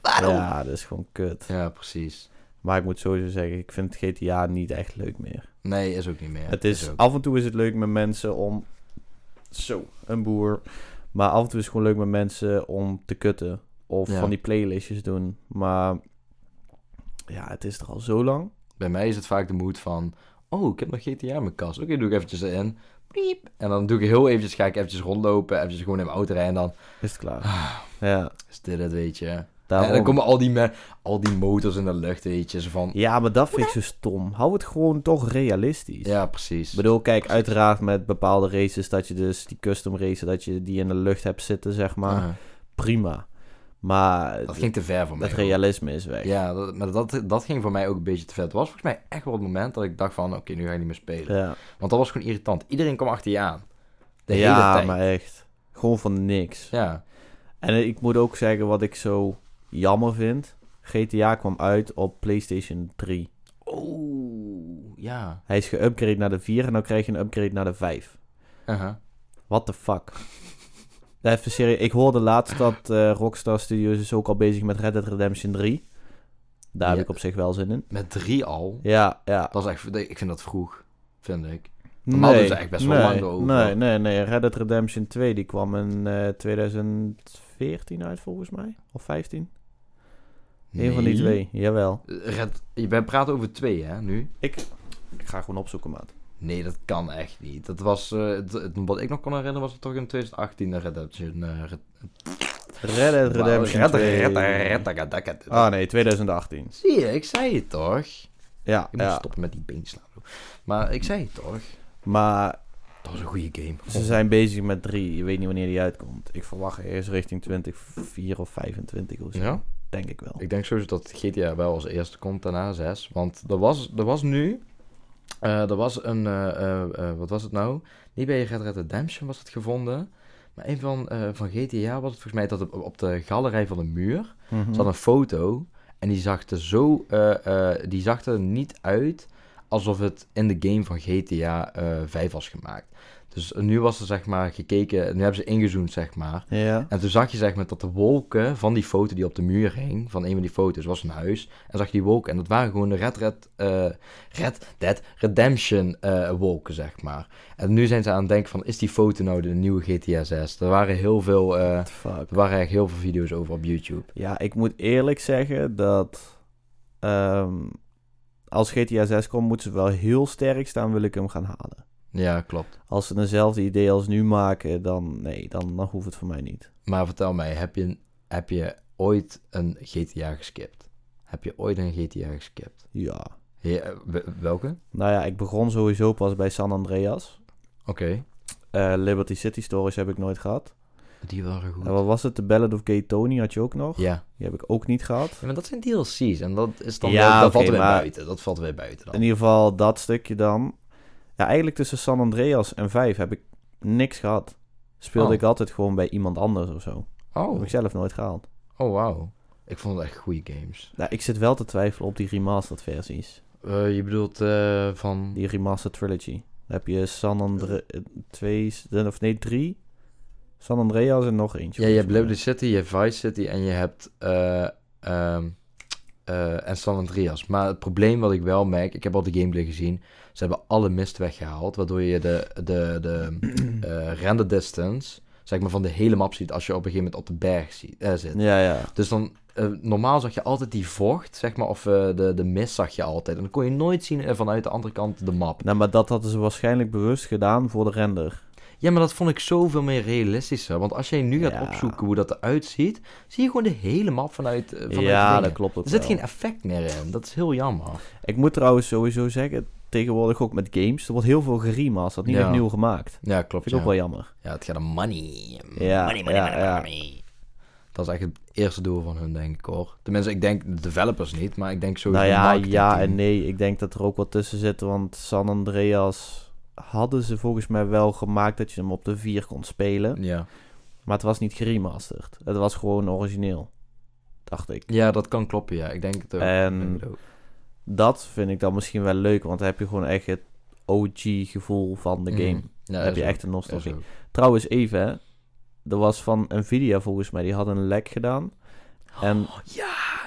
Waarom? Ja, dat is gewoon kut. Ja, precies. Maar ik moet sowieso zeggen, ik vind G T A niet echt leuk meer. Nee, is ook niet meer. Het is, ook. af en toe is het leuk met mensen om... Zo, een boer. Maar af en toe is het gewoon leuk met mensen om te kutten. Of Ja. van die playlistjes doen. Maar ja, het is er al zo lang. Bij mij is het vaak de moed van... Oh, ik heb nog G T A in mijn kast. Oké, doe ik eventjes erin. Piep. En dan doe ik heel eventjes, ga ik eventjes rondlopen. Eventjes gewoon in mijn auto rijden. En dan Is het klaar. Ja, is dit het, weet je. daarom. En dan komen al die, me- al die motors in de lucht, weet je. Zo van... Ja, maar dat vind ik zo stom. Hou het gewoon toch realistisch. Ja, precies. Ik bedoel, kijk, uiteraard met bepaalde races dat je dus die custom races, dat je die in de lucht hebt zitten, zeg maar. Ah, Prima. Maar dat ging te ver voor mij. het hoor. realisme is weg. Ja, dat, maar dat, dat ging voor mij ook een beetje te ver. Het was volgens mij echt wel het moment dat ik dacht van... Oké, nu ga ik niet meer spelen. Ja, Want dat was gewoon irritant. Iedereen kwam achter je aan. De hele ja tijd. maar echt. Gewoon van niks. Ja. En ik moet ook zeggen wat ik zo jammer vind. G T A kwam uit op PlayStation drie. Oeh, ja. Hij is geüpgrade naar de vier en dan krijg je een upgrade naar de vijf. Uh-huh. What the fuck? Even serieus. Ik hoorde laatst dat eh, Rockstar Studios is ook al bezig met Red Dead Redemption drie. Daar Ja. heb ik op zich wel zin in. Met drie al. Ja, ja. Dat is echt... Ik vind dat vroeg. Vind ik. Normaal doen ze echt best wel nee, lang erover. Nee, nee, nee. Red Dead Redemption twee die kwam in eh twintig veertien uit volgens mij. Of vijftien. Eén van die Nee. twee. Jawel. Red, je praat over twee, hè, nu? Ik, ik ga gewoon opzoeken, maat. Nee, dat kan echt niet. Dat was... eh, het, het- wat ik nog kon herinneren was het toch in twintig achttien de Red Redemption. eh, Red, Red Dead Redemption Red, twee. Red, Red, Red, Red, Red. Ah nee, twintig achttien. Zie je, ik zei het toch? Ja, Ik moet ja. stoppen met die beenslaan. Maar ik zei het toch? Maar Dat was een goede game. ze zijn bezig met drie. Je weet niet wanneer die uitkomt. Ik verwacht eerst richting twintig vier of vijfentwintig of zo. Ja? Denk ik wel. Ik denk sowieso dat G T A wel als eerste komt, daarna zes. Want er was, er was nu... eh, er was een... eh, eh, eh, wat was het nou? Niet bij Red Dead Redemption was het gevonden. Maar een van, eh, van G T A was het volgens mij dat op, op de galerij van de muur... Mhm. Ze had een foto en die zag er zo... eh, eh, die zag er niet uit alsof het in de game van G T A eh, vijf was gemaakt. Dus nu was er zeg maar gekeken... Nu hebben ze ingezoomd zeg maar... Ja. En toen zag je zeg maar dat de wolken van die foto die op de muur hing, van een van die foto's, was een huis. En zag je die wolken. En dat waren gewoon de Red, Red, eh, Red Dead Redemption eh, wolken, zeg maar. En nu zijn ze aan het denken van, is die foto nou de nieuwe G T A zes? Er waren heel veel, eh, What the fuck? er waren echt heel veel video's over op YouTube. Ja, ik moet eerlijk zeggen dat ehm, als G T A zes komt, moeten ze wel heel sterk staan, wil ik hem gaan halen. Ja, klopt. Als ze eenzelfde idee als nu maken, dan nee, dan, dan hoeft het voor mij niet. Maar vertel mij, heb je, heb je ooit een G T A geskipt? Heb je ooit een G T A geskipt? Ja. Ja, w- welke? Nou ja, ik begon sowieso pas bij San Andreas. Oké. Eh, Liberty City Stories heb ik nooit gehad. Die waren goed. En wat was het? The Ballad of Gay Tony had je ook nog. Ja. Die heb ik ook niet gehad. Ja, maar dat zijn D L C's en dat is dan Ja, wel, dat oké, valt er weer maar- buiten. Dat valt er weer buiten dan. In ieder geval dat stukje dan. Ja, eigenlijk tussen San Andreas en vijf heb ik niks gehad. Speelde Oh. ik altijd gewoon bij iemand anders of zo. Oh, Heb ik zelf nooit gehaald. oh wauw. Ik vond het echt goede games. Nou, ik zit wel te twijfelen op die remastered versies. Eh, je bedoelt eh, van... Die remastered trilogy. Dan heb je San Andreas twee, of nee, drie. San Andreas en nog eentje. Ja, je hebt volgens mij. Liberty City, je hebt Vice City en je hebt... eh, ehm, eh, en San Andreas. Maar het probleem wat ik wel merk... Ik heb al de gameplay gezien. Ze hebben alle mist weggehaald. Waardoor je de, de, de eh, render distance... Zeg maar van de hele map ziet als je op een gegeven moment op de berg ziet, eh, zit. Ja, ja. Dus dan, eh, normaal zag je altijd die vocht, zeg maar, of eh, de, de mist zag je altijd. En dan kon je nooit zien eh, vanuit de andere kant de map. Nou, maar dat hadden ze waarschijnlijk bewust gedaan voor de render. Ja, maar dat vond ik zoveel meer realistischer. Want als jij nu gaat Ja. opzoeken hoe dat eruit ziet, zie je gewoon de hele map vanuit, eh, vanuit Ja, dingen. dat klopt ook Er zit wel. geen effect meer in. Dat is heel jammer. Ik moet trouwens sowieso zeggen, tegenwoordig ook met games, er wordt heel veel geremasterd, niet Ja. echt nieuw gemaakt. Ja, klopt. Vind ik Ja. ook wel jammer. ja, het gaat om money. Ja, money, money, ja, money, ja. money. Dat is echt het eerste doel van hun, denk ik, hoor. Tenminste, ik denk de developers niet, maar ik denk sowieso Nou ja, marketingteam. ja en nee. Ik denk dat er ook wat tussen zit, want San Andreas hadden ze volgens mij wel gemaakt dat je hem op de vier kon spelen. Ja. Maar het was niet geremasterd. Het was gewoon origineel, dacht ik. ja, dat kan kloppen, ja. Ik denk het ook. En- Ik denk het ook. Dat vind ik dan misschien wel leuk, want dan heb je gewoon echt het O G-gevoel van de game. Mhm. Ja, Dan heb is je ook. echt een Is nostalgie. ook. Trouwens, even hè. Er was van Nvidia volgens mij, die had een lek gedaan. En Ja,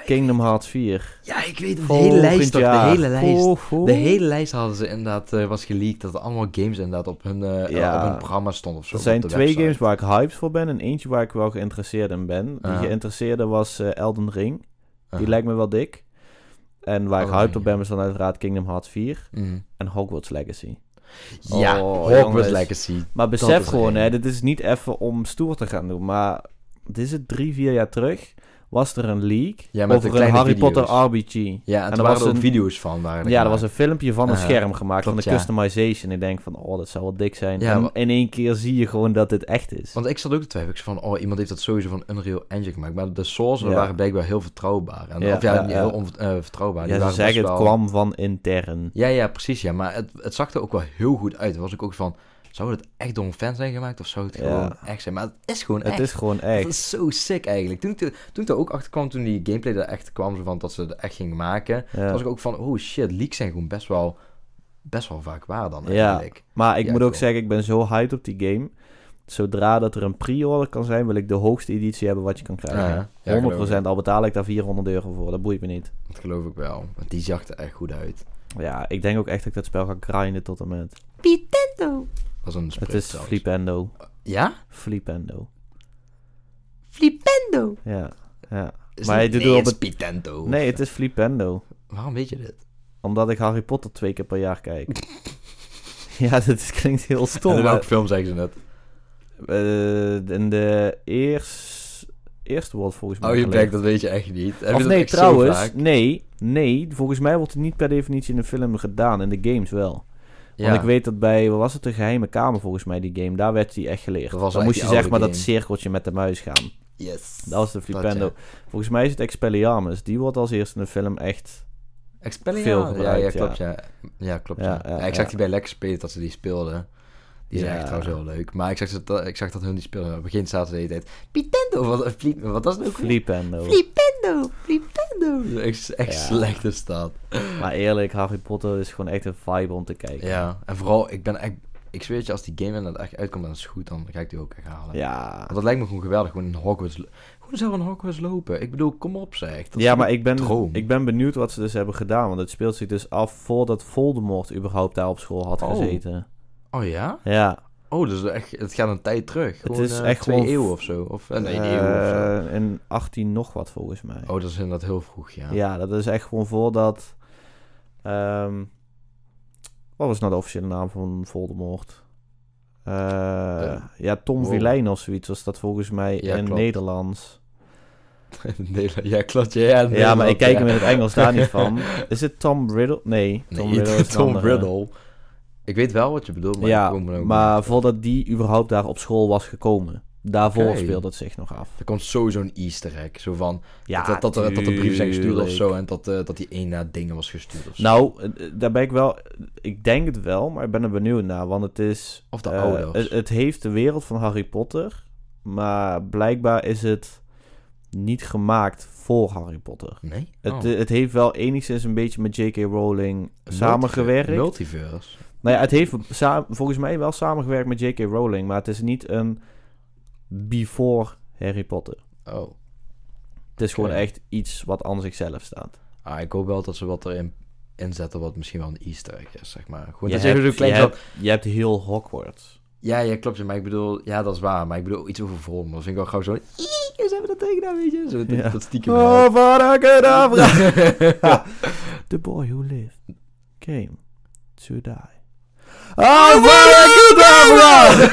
Kingdom Hearts vier. Ja, ik weet het. De Volgend hele lijst toch, de jaar. hele lijst. Ho, ho. De hele lijst hadden ze inderdaad, uh, was geleakt, dat er allemaal games inderdaad op hun, uh, Ja. op hun programma stonden of zo. Er zijn op de twee website. games waar ik hyped voor ben en eentje waar ik wel geïnteresseerd in ben. Die Ah. geïnteresseerde was uh, Elden Ring. Die Uh-huh. lijkt me wel dik. En waar ik Elden hyped Ring, op ben ja. is dan uiteraard Kingdom Hearts vier Mhm. en Hogwarts Legacy. Ja, Oh, Hogwarts jongens. Legacy. Maar Dat besef is gewoon, één. hè, dit is niet even om stoer te gaan doen, maar dit is het drie, vier jaar terug, was er een leak Ja, met over de een kleine Harry video's. Potter R B G. Ja, en En er er waren was er ook een- video's van. Waren er Ja, er was gemaakt. een filmpje van een Ah, scherm gemaakt, klopt, van de ja. customization. Ik denk van, oh, dat zou wel dik zijn. Ja, en maar- in één keer zie je gewoon dat dit echt is. Want ik zat ook te twijfelen. Ik zei van, oh, iemand heeft dat sowieso van Unreal Engine gemaakt. Maar de sources Ja. waren blijkbaar heel vertrouwbaar. En, Ja, of ja, ja, niet ja. heel onvertrouwbaar. Ja, Die ze waren zeggen best het wel- kwam van intern. Ja, ja, precies. Ja. Maar het, het zag er ook wel heel goed uit. Er was ik ook van, zou het echt door een fan zijn gemaakt? Of zou het Ja. gewoon echt zijn? Maar het is gewoon Het echt. is gewoon Dat echt. is zo sick eigenlijk. Toen ik, er- toen ik er ook achter kwam, toen die gameplay er echt kwam, zo van dat ze het echt gingen maken, Ja. toen was ik ook van, oh shit, leaks zijn gewoon best wel, best wel vaak waar dan Ja. eigenlijk. Maar ik Ja, moet ook cool. zeggen, ik ben zo hyped op die game. Zodra dat er een pre-order kan zijn, wil ik de hoogste editie hebben wat je kan krijgen. Ja, ja, honderd procent, geloof al betaal ik daar vierhonderd euro voor. Dat boeit me niet. Dat geloof ik wel. Want die zag er echt goed uit. Ja, ik denk ook echt dat ik dat spel ga grinden tot en met. Nintendo. Dat is een Het split is trouwens. Flipendo. Ja? Flipendo. Flipendo. Ja, ja. Is Maar het- je doet nee, op het het- is Pitento. Nee, het is Flipendo. Waarom weet je dit? Omdat ik Harry Potter twee keer per jaar kijk. Ja, dat is- klinkt heel stom. en in maar, welke film zeggen ze net? eh, in de eerste, eerste wordt volgens mij Oh, je geleerd. bek, dat weet je echt niet. Heb je Of dat nee, echt zo trouwens, vaak? nee, nee, volgens mij wordt het niet per definitie in de film gedaan, in de games wel. Ja. Want ik weet dat bij, wat was het, de geheime kamer volgens mij, die game, daar werd die echt geleerd. Dat was Dan wel moest je echt die zeg maar oude dat game. cirkeltje met de muis gaan. Yes. Dat was de Flipendo. ja. Volgens mij is het Expelliarmus, die wordt als eerste in de film echt... Expelliarmus. Veel Ja, ja, gebruikt, klopt, ja. Ja, klopt, ja. Ja, ja, Ja, ik zag ja. die bij Lekker Spelen dat ze die speelden. Die zijn Ja. echt trouwens heel leuk. Maar ik zag, dat, ik zag dat hun die speelden. Op het begin zaten ze de hele tijd... Pitendo, wat, Flip, wat was het ook weer? Flipendo. Flipendo. Flipendo. Dat is Echt, echt Ja. slechte staat. Maar eerlijk, Harry Potter is gewoon echt een vibe om te kijken. Ja, en vooral, ik ben echt... Ik zweer het je, als die game inderdaad echt uitkomt, dan is het goed. Dan ga ik die ook echt halen. Ja, Want dat lijkt me gewoon geweldig. Gewoon in Hogwarts... Gewoon zo in Hogwarts lopen. Ik bedoel, kom op zeg. Dat ja is maar een ik ben, droom. ik ben benieuwd wat ze dus hebben gedaan. Want het speelt zich dus af voordat Voldemort überhaupt daar op school had Oh. gezeten. Oh ja? Ja. Oh, dus echt, het gaat een tijd terug. Gewoon, is eh, echt twee gewoon- eeuwen of zo. Of eh, nee, een eeuw of zo. Eh, in achttien nog wat volgens mij. Oh, dat is inderdaad heel vroeg, ja. Ja, dat is echt gewoon voordat... ehm, wat was nou de officiële naam van Voldemort? Eh, Eh, ja, Tom wow. Vilijn of zoiets was dat volgens mij Ja, in klopt. Nederlands. Nee, ja, klopt. Ja, Ja, maar ik kijk hem in het Engels daar niet van. Is het Tom Riddle? Nee, Tom Nee, Riddle is een Tom andere. Riddle. Ik weet wel wat je bedoelt, maar Ja, ik kom er ook maar niet. voordat die überhaupt daar op school was gekomen. Daarvoor Oké. speelde het zich nog af. Er komt sowieso een easter egg. Zo van, Ja, dat, dat, er, dat er brieven zijn gestuurd of tuurlijk. zo. En dat, eh, dat die één na dingen was gestuurd of zo. Nou, eh, daar ben ik wel... Ik denk het wel, maar ik ben er benieuwd naar. Want het is... Of de eh, ouders. Het, het heeft de wereld van Harry Potter. Maar blijkbaar is het niet gemaakt voor Harry Potter. Nee? Het, Oh. eh, het heeft wel enigszins een beetje met J K. Rowling samengewerkt. Multiverse. Nou ja, het heeft sa- volgens mij wel samengewerkt met J K. Rowling. Maar het is niet een before Harry Potter. Oh. Het is Oké. gewoon echt iets wat aan zichzelf staat. Ah, ik hoop wel dat ze wat erin inzetten wat misschien wel een easter egg is, zeg maar. Gewoon Je dat je hebt, zo klein je, van... hebt, je hebt heel Hogwarts. Ja, ja, klopt. ja, Maar ik bedoel... Ja, dat is waar. Maar ik bedoel iets over Voldemort. Dat vind ik wel gauw zo... Ze hebben dat tegen gedaan, weet je. Zo, dat, Ja. dat stiekem... Oh, Vada Kedavra! The boy who lived came to die. Oh, Vada Kedavra!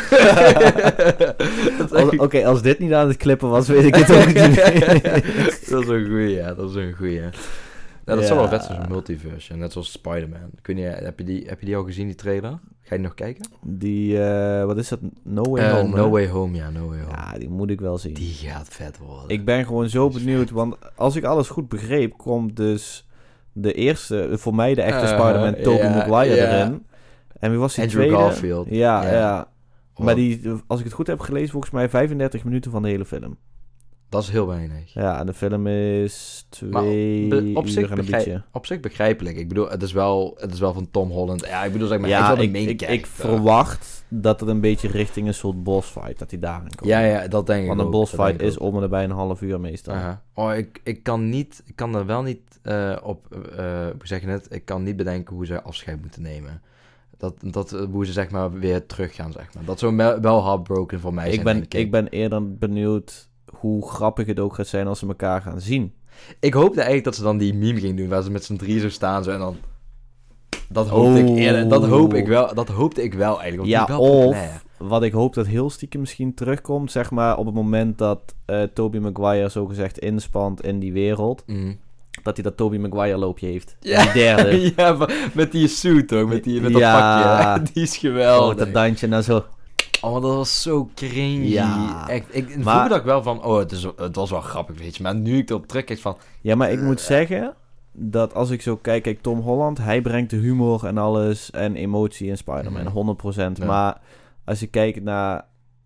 Als- Oké, als dit niet aan het klippen was, weet ik het ook niet. Dat is een goeie, ja. Dat is een goeie. Ja, dat Ja. zou wel vet zijn, zo'n multiverse. Net zoals Spider-Man. Ik weet niet, heb je, die, heb je die al gezien, die trailer? Ga je die nog kijken? Die, eh, wat is dat? No Way Eh, Home, No hè? Way Home, ja. No Way Home. Ja, die moet ik wel zien. Die gaat vet worden. Ik ben gewoon zo benieuwd, want als ik alles goed begreep, komt dus de eerste, voor mij de echte Uh, Spider-Man, Tobey ja, Maguire ja. erin. En wie was die Andrew tweede? Garfield. Ja, Ja. ja. Oh, Maar die, als ik het goed heb gelezen, volgens mij vijfendertig minuten van de hele film. Dat is heel weinig. Ja, en de film is twee Maar be- op, zich uur en een begrijp- beetje. op zich begrijpelijk. Ik bedoel, het is wel, het is wel van Tom Holland. Ja, ik bedoel, zeg maar, hij is Ja, wel de ik, main ik, ik character. verwacht dat het een beetje richting een soort bossfight, dat hij daarin komt. Ja, ja, dat denk ik Want ook. een dat bossfight denk ik is ook. om en nabij een half uur meestal. Aha. Oh, ik, ik kan niet, ik kan er wel niet uh, op, uh, hoe zeg je het? Ik kan niet bedenken hoe ze afscheid moeten nemen. Dat, dat, uh, hoe ze zeg maar weer teruggaan, zeg maar. Dat zou me- wel heartbroken voor mij ik, zijn, ben, denk ik. ik ben eerder benieuwd hoe grappig het ook gaat zijn als ze elkaar gaan zien. Ik hoopte eigenlijk dat ze dan die meme gingen doen, waar ze met z'n drieën zo staan, zo en dan... Dat hoopte ik eerder, dat hoop ik wel, dat hoopte ik wel eigenlijk, want Ja, die is wel of populair. wat ik hoop dat heel stiekem misschien terugkomt, zeg maar op het moment dat uh, Tobey Maguire zogezegd inspant in die wereld, Mm. dat hij dat Tobey Maguire loopje heeft. Ja. Die derde. Ja, van- met die suit ook, met, die, met dat Ja. pakje. Die is Oh, geweldig. dat dansje nou zo. Oh, dat was zo cringy. Ja. Echt, ik, Maar- vroeger dacht ik wel van, oh, het, is, het was wel grappig, weet je. Maar nu ik erop terugkijk van... Ja, maar ik moet Eh. zeggen dat als ik zo kijk, kijk, Tom Holland, hij brengt de humor en alles en emotie in Spider-Man, Mhm. honderd procent. Ja. Maar als je kijkt naar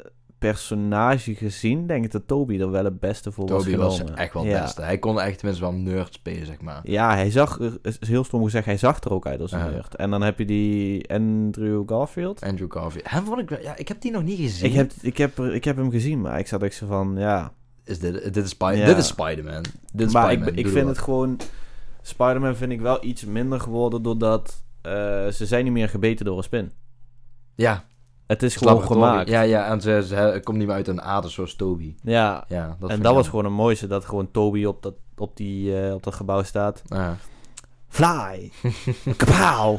personage gezien, denk ik dat Tobey er wel het beste voor was Toby was genomen. echt wel het ja. beste. Hij kon echt tenminste wel nerd spelen, zeg maar. Ja, hij zag, er is heel stom gezegd, hij zag er ook uit als een Ja. nerd. En dan heb je die Andrew Garfield. Andrew Garfield. Hem vond ik wel... Ja, ik heb die nog niet gezien. Ik heb, ik, heb, er- ik heb hem gezien, maar ik zat echt zo van, ja. Is dit, dit is, Spy- Ja. dit is Spider-Man. Dit is Maar ik, Spider-Man. ik Doe vind wat. het gewoon... Spider-Man vind ik wel iets minder geworden doordat uh, ze zijn niet meer gebeten door een spin. Ja. Het is het gewoon laboratorium. gemaakt. Ja, ja. En ze, ze het komt niet meer uit een ader zoals Toby. Ja, Ja, dat en vind dat ik was wel- gewoon het mooiste, dat gewoon Toby op dat, op die, uh, op dat gebouw staat. Ja. Fly! Kapow!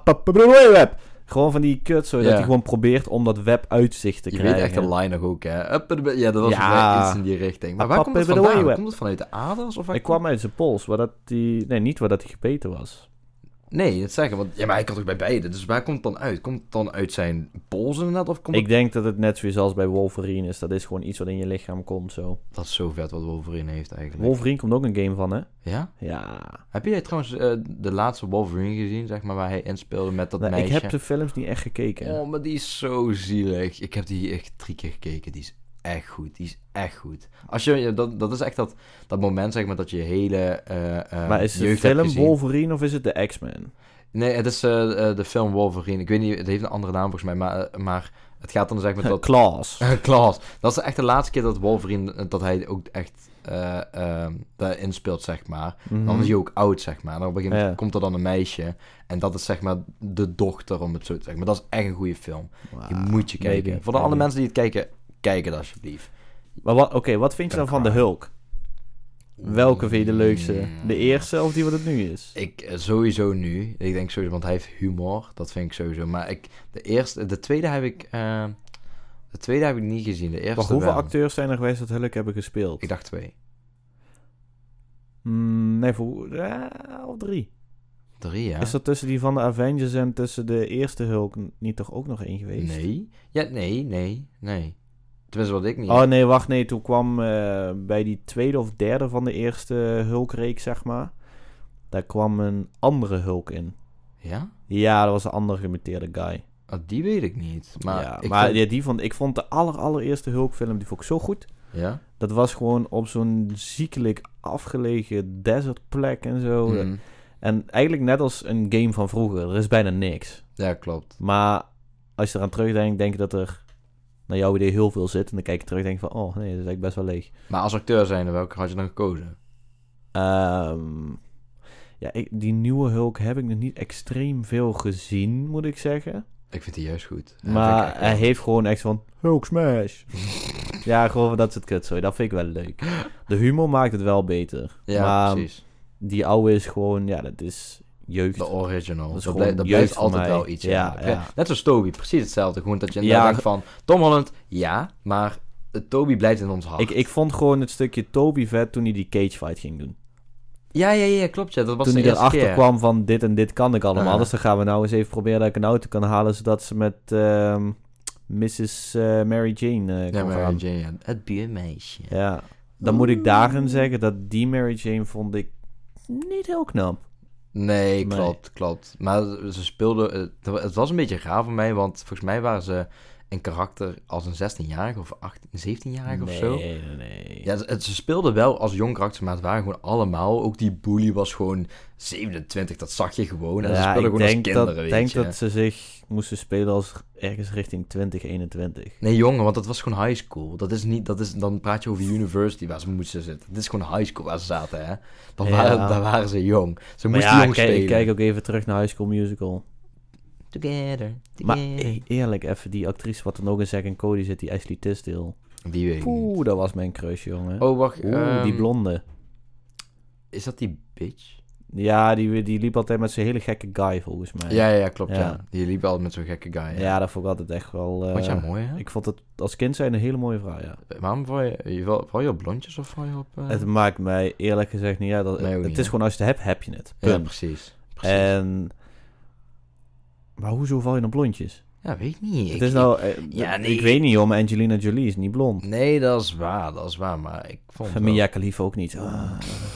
Web! Gewoon van die kut, zo Ja. dat hij gewoon probeert om dat web uit zich te Je krijgen. weet echt de line nog ook, hè. Up in the- Ja, dat was Ja. ja. iets in die richting. Maar Up, waar up komt het in the vandaan? way, Komt het vanuit de aders? Of waar Ik kwam uit zijn pols, waar dat die... Nee, niet waar dat hij gebeten was. Nee, dat zeggen. Want, ja, maar hij kan toch bij beide. Dus waar komt het dan uit? Komt het dan uit zijn pols inderdaad? Of komt Ik het... denk dat het net zoals bij Wolverine is. Dat is gewoon iets wat in je lichaam komt, zo. Dat is zo vet wat Wolverine heeft eigenlijk. Wolverine komt ook een game van, hè? Ja? Ja. Heb jij trouwens eh, de laatste Wolverine gezien, zeg maar, waar hij inspeelde met dat Nou, meisje? ik heb de films niet echt gekeken. Oh, maar die is zo zielig. Ik heb die echt drie keer gekeken. Die is echt goed. Die is echt goed. Als je, ja, dat, dat is echt dat, dat moment, zeg maar, dat je hele eh eh, maar is het de jeugd hebt film gezien. Wolverine of is het de X-Men? Nee, het is eh, eh, de film Wolverine. Ik weet niet, het heeft een andere naam volgens mij, maar, eh, maar het gaat dan zeg maar dat... Klaas. Klaas. Dat is echt de laatste keer dat Wolverine, dat hij ook echt eh eh, daarin speelt, zeg maar. Mhm. Dan is hij ook oud, zeg maar. En op een gegeven moment Ja. komt er dan een meisje. En dat is zeg maar de dochter, om het zo te zeggen. Maar dat is echt een goede film. Die Wauw, moet je kijken. maybe, Voor de alle maybe. mensen die het kijken, kijk het alsjeblieft. Maar wat, oké, wat vind je dan van de Hulk? Welke vind je de leukste? De eerste of die wat het nu is? Ik eh, sowieso nu. Ik denk sowieso, want hij heeft humor. Dat vind ik sowieso. Maar ik, de eerste, de tweede heb ik, eh, de tweede heb ik niet gezien. De eerste Maar hoeveel wel. acteurs zijn er geweest dat Hulk hebben gespeeld? Ik dacht twee. Mm, nee, voor, ja, of drie. Drie, ja. Is er tussen die van de Avengers en tussen de eerste Hulk niet toch ook nog één geweest? Nee. Ja, nee, nee, nee. Tenminste, wat ik niet. Oh nee, wacht, nee. Toen kwam uh, bij die tweede of derde van de eerste Hulk-reeks, zeg maar. Daar kwam een andere Hulk in. Ja? Ja, dat was een andere gemuteerde guy. Oh, die weet ik niet. Maar, ja, ik maar vind... ja, die vond, ik vond de aller, allereerste Hulk-film, die vond ik zo goed. Ja? Dat was gewoon op zo'n ziekelijk afgelegen desertplek en zo. Mm. En eigenlijk net als een game van vroeger. Er is bijna niks. Ja, klopt. Maar als je eraan terugdenkt, denk ik dat er naar jouw idee heel veel zit. En dan kijk je terug en denk je van, oh nee, dat is eigenlijk best wel leeg. Maar als acteur zijnde, welke had je dan gekozen? Um, ja, ik, die nieuwe Hulk heb ik nog niet extreem veel gezien, moet ik zeggen. Ik vind die juist goed. Ja, Maar vind ik echt hij wel. heeft gewoon echt van, Hulk smash. Ja, gewoon van dat soort kut, sorry. Dat vind ik wel leuk. De humor maakt het wel beter. Ja, maar precies. die oude is gewoon, ja, dat is jeugd. De original. Dat is Dat, gewoon blij- dat jeugd blijft voor altijd mij. wel iets. Ja, Ja, ja. Net zoals Toby, precies hetzelfde. Gewoon dat je Ja. inderdaad denkt van... Tom Holland, ja, maar uh, Toby blijft in ons hart. Ik, ik vond gewoon het stukje Toby vet toen hij die cage fight ging doen. Ja, ja, ja, klopt. Ja. Dat was Toen de hij eerste erachter keer. kwam van dit en dit kan ik allemaal. Ah. Dus dan gaan we nou eens even proberen dat ik een auto kan halen... zodat ze met ehm, missus eh, Mary Jane eh Ja, kan Mary gaan. Jane. Ja. Het buurmeisje. Ja, dan moet ik daarin zeggen dat die Mary Jane vond ik niet heel knap. Nee, Nee. klopt, klopt. Maar ze speelden... Het, het was een beetje raar voor mij, want volgens mij waren ze een karakter als een zestienjarige of achttien, zeventienjarige of zo. Nee, nee, nee. Ja, ze, ze speelden wel als jong karakter, maar het waren gewoon allemaal... Ook die bully was gewoon zevenentwintig, dat zag je gewoon. En ze Ja, speelden ik gewoon als denk, kinderen, dat, weet denk je. dat ze zich moesten spelen als ergens richting twintig eenentwintig. Nee, jongen, want dat was gewoon high school. Dat is niet... Dat is, dan praat je over university waar ze moesten zitten. Het is gewoon high school waar ze zaten, hè. Dan Ja. waren, dan waren ze jong. Ze Maar moesten ja, jong kijk, spelen. kijk ook even terug naar High School Musical. Together, Maar together. e- eerlijk, even die actrice wat er nog in Zack en Cody zit, die Ashley Tisdale. Die weet ik niet. Oeh, dat was mijn crush, jongen. Oh, wacht. Oeh, die ehm, blonde. Is dat die bitch? Ja, die, die liep altijd met zo'n hele gekke guy, volgens mij. Ja, ja, ja, klopt, ja. Ja. Die liep altijd met zo'n gekke guy, Ja, ja. dat vond ik altijd echt wel... eh, Vond jij mooi, hè? Ik vond het als kind zijn een hele mooie vrouw, ja. Waarom val je... je val, val je op blondjes of val je op... eh? Het maakt mij eerlijk gezegd niet uit. Dat, Nee, ook het niet, is hè? gewoon als je het hebt, heb je het. Ja, Punt. precies. precies. En... Maar hoezo val je op blondjes? Ja, weet ik niet. het Ik- is nou... eh, ja, ik nee. weet niet, joh, maar Angelina Jolie is niet blond. ik- Nee, dat is waar, dat is waar, maar ik vond En wel- Mia Khalifa ook niet. Ah.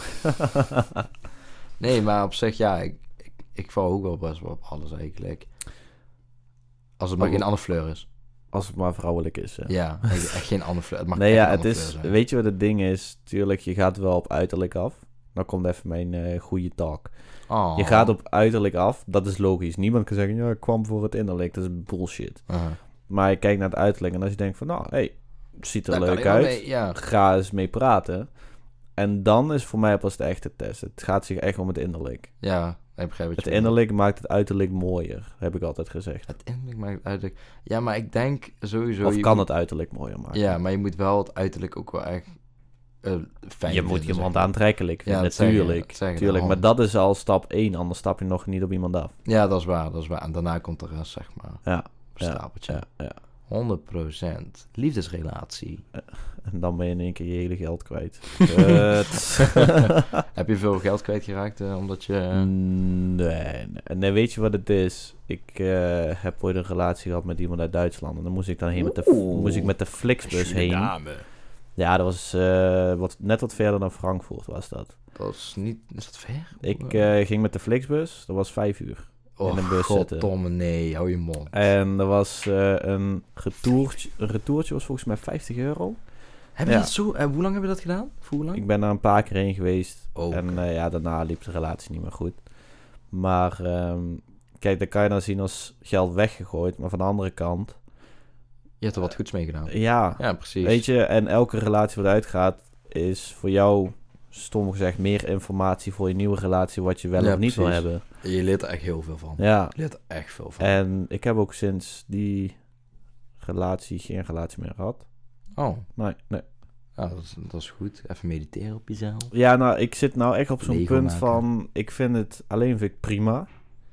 Nee, maar op zich, ja, ik, ik, ik val ook wel best wel op alles eigenlijk. Als het maar Oh. geen andere fleur is. Als het maar vrouwelijk is. Ja. Ja, echt echt geen andere fleur. Het mag Nee, echt ja, een het andere is... fleur zijn. Weet je wat het ding is? Tuurlijk, je gaat wel op uiterlijk af. Dan komt even mijn eh goede talk. Oh. Je gaat op uiterlijk af. Dat is logisch. Niemand kan zeggen, ja, ik kwam voor het innerlijk. Dat is bullshit. Aha. Maar je kijkt naar het uiterlijk en als je denkt van, nou, hey, het ziet er Daar kan leuk ik wel uit. mee, ja. Ga eens mee praten. En dan is voor mij pas de echte test. Het gaat zich echt om het innerlijk. Ja, ik begrijp wat je Het bedoelt. innerlijk maakt het uiterlijk mooier, heb ik altijd gezegd. Het innerlijk maakt het uiterlijk... Ja, maar ik denk sowieso... Of je kan moet- het uiterlijk mooier maken. Ja, maar je moet wel het uiterlijk ook wel echt eh, fijn Je moet vinden, iemand zeg maar. aantrekkelijk Ja, vinden, dat zeg je, natuurlijk. dat zeg je Tuurlijk, maar daarom. dat is al stap één, anders stap je nog niet op iemand af. Ja, dat is waar, dat is waar. En daarna komt de rest, zeg maar. Ja, Op een ja, stapeltje. ja, ja. honderd procent. Liefdesrelatie. En dan ben je in één keer je hele geld kwijt. Kut. Heb je veel geld kwijtgeraakt eh, omdat je... Nee, nee, nee, weet je wat het is? Ik eh, heb ooit een relatie gehad met iemand uit Duitsland. En dan moest ik dan heen met de, Oeh. moest ik met de Flixbus heen. Suriname. Ja, dat was eh, wat, net wat verder dan Frankfurt was dat. Dat is niet... Is dat ver? Ik eh, ging met de Flixbus, dat was vijf uur. oh, in een bus zitten. goddomme, nee. Hou je mond. En er was eh, een retourtje, een retourtje was volgens mij vijftig euro. Heb je ja. dat zo... eh, hoe lang heb je dat gedaan? Voor hoe lang? Ik ben daar een paar keer heen geweest. Oh, En eh, ja, daarna liep de relatie niet meer goed. Maar ehm, kijk, dat kan je dan zien als geld weggegooid. Maar van de andere kant, je hebt er wat goeds mee gedaan. ja, Ja, precies. weet je, en elke relatie wat uitgaat, is voor jou, stom gezegd, meer informatie voor je nieuwe relatie, wat je wel Ja, of niet wil precies. hebben. Je leert er echt heel veel van. Ja, Je leert er echt veel van. en ik heb ook sinds die relatie geen relatie meer gehad. Oh, Nee, nee. ja, dat, is, dat is goed. Even mediteren op jezelf. Ja, nou, ik zit nou echt op zo'n Lego punt maken. van, ik vind het, alleen vind ik prima,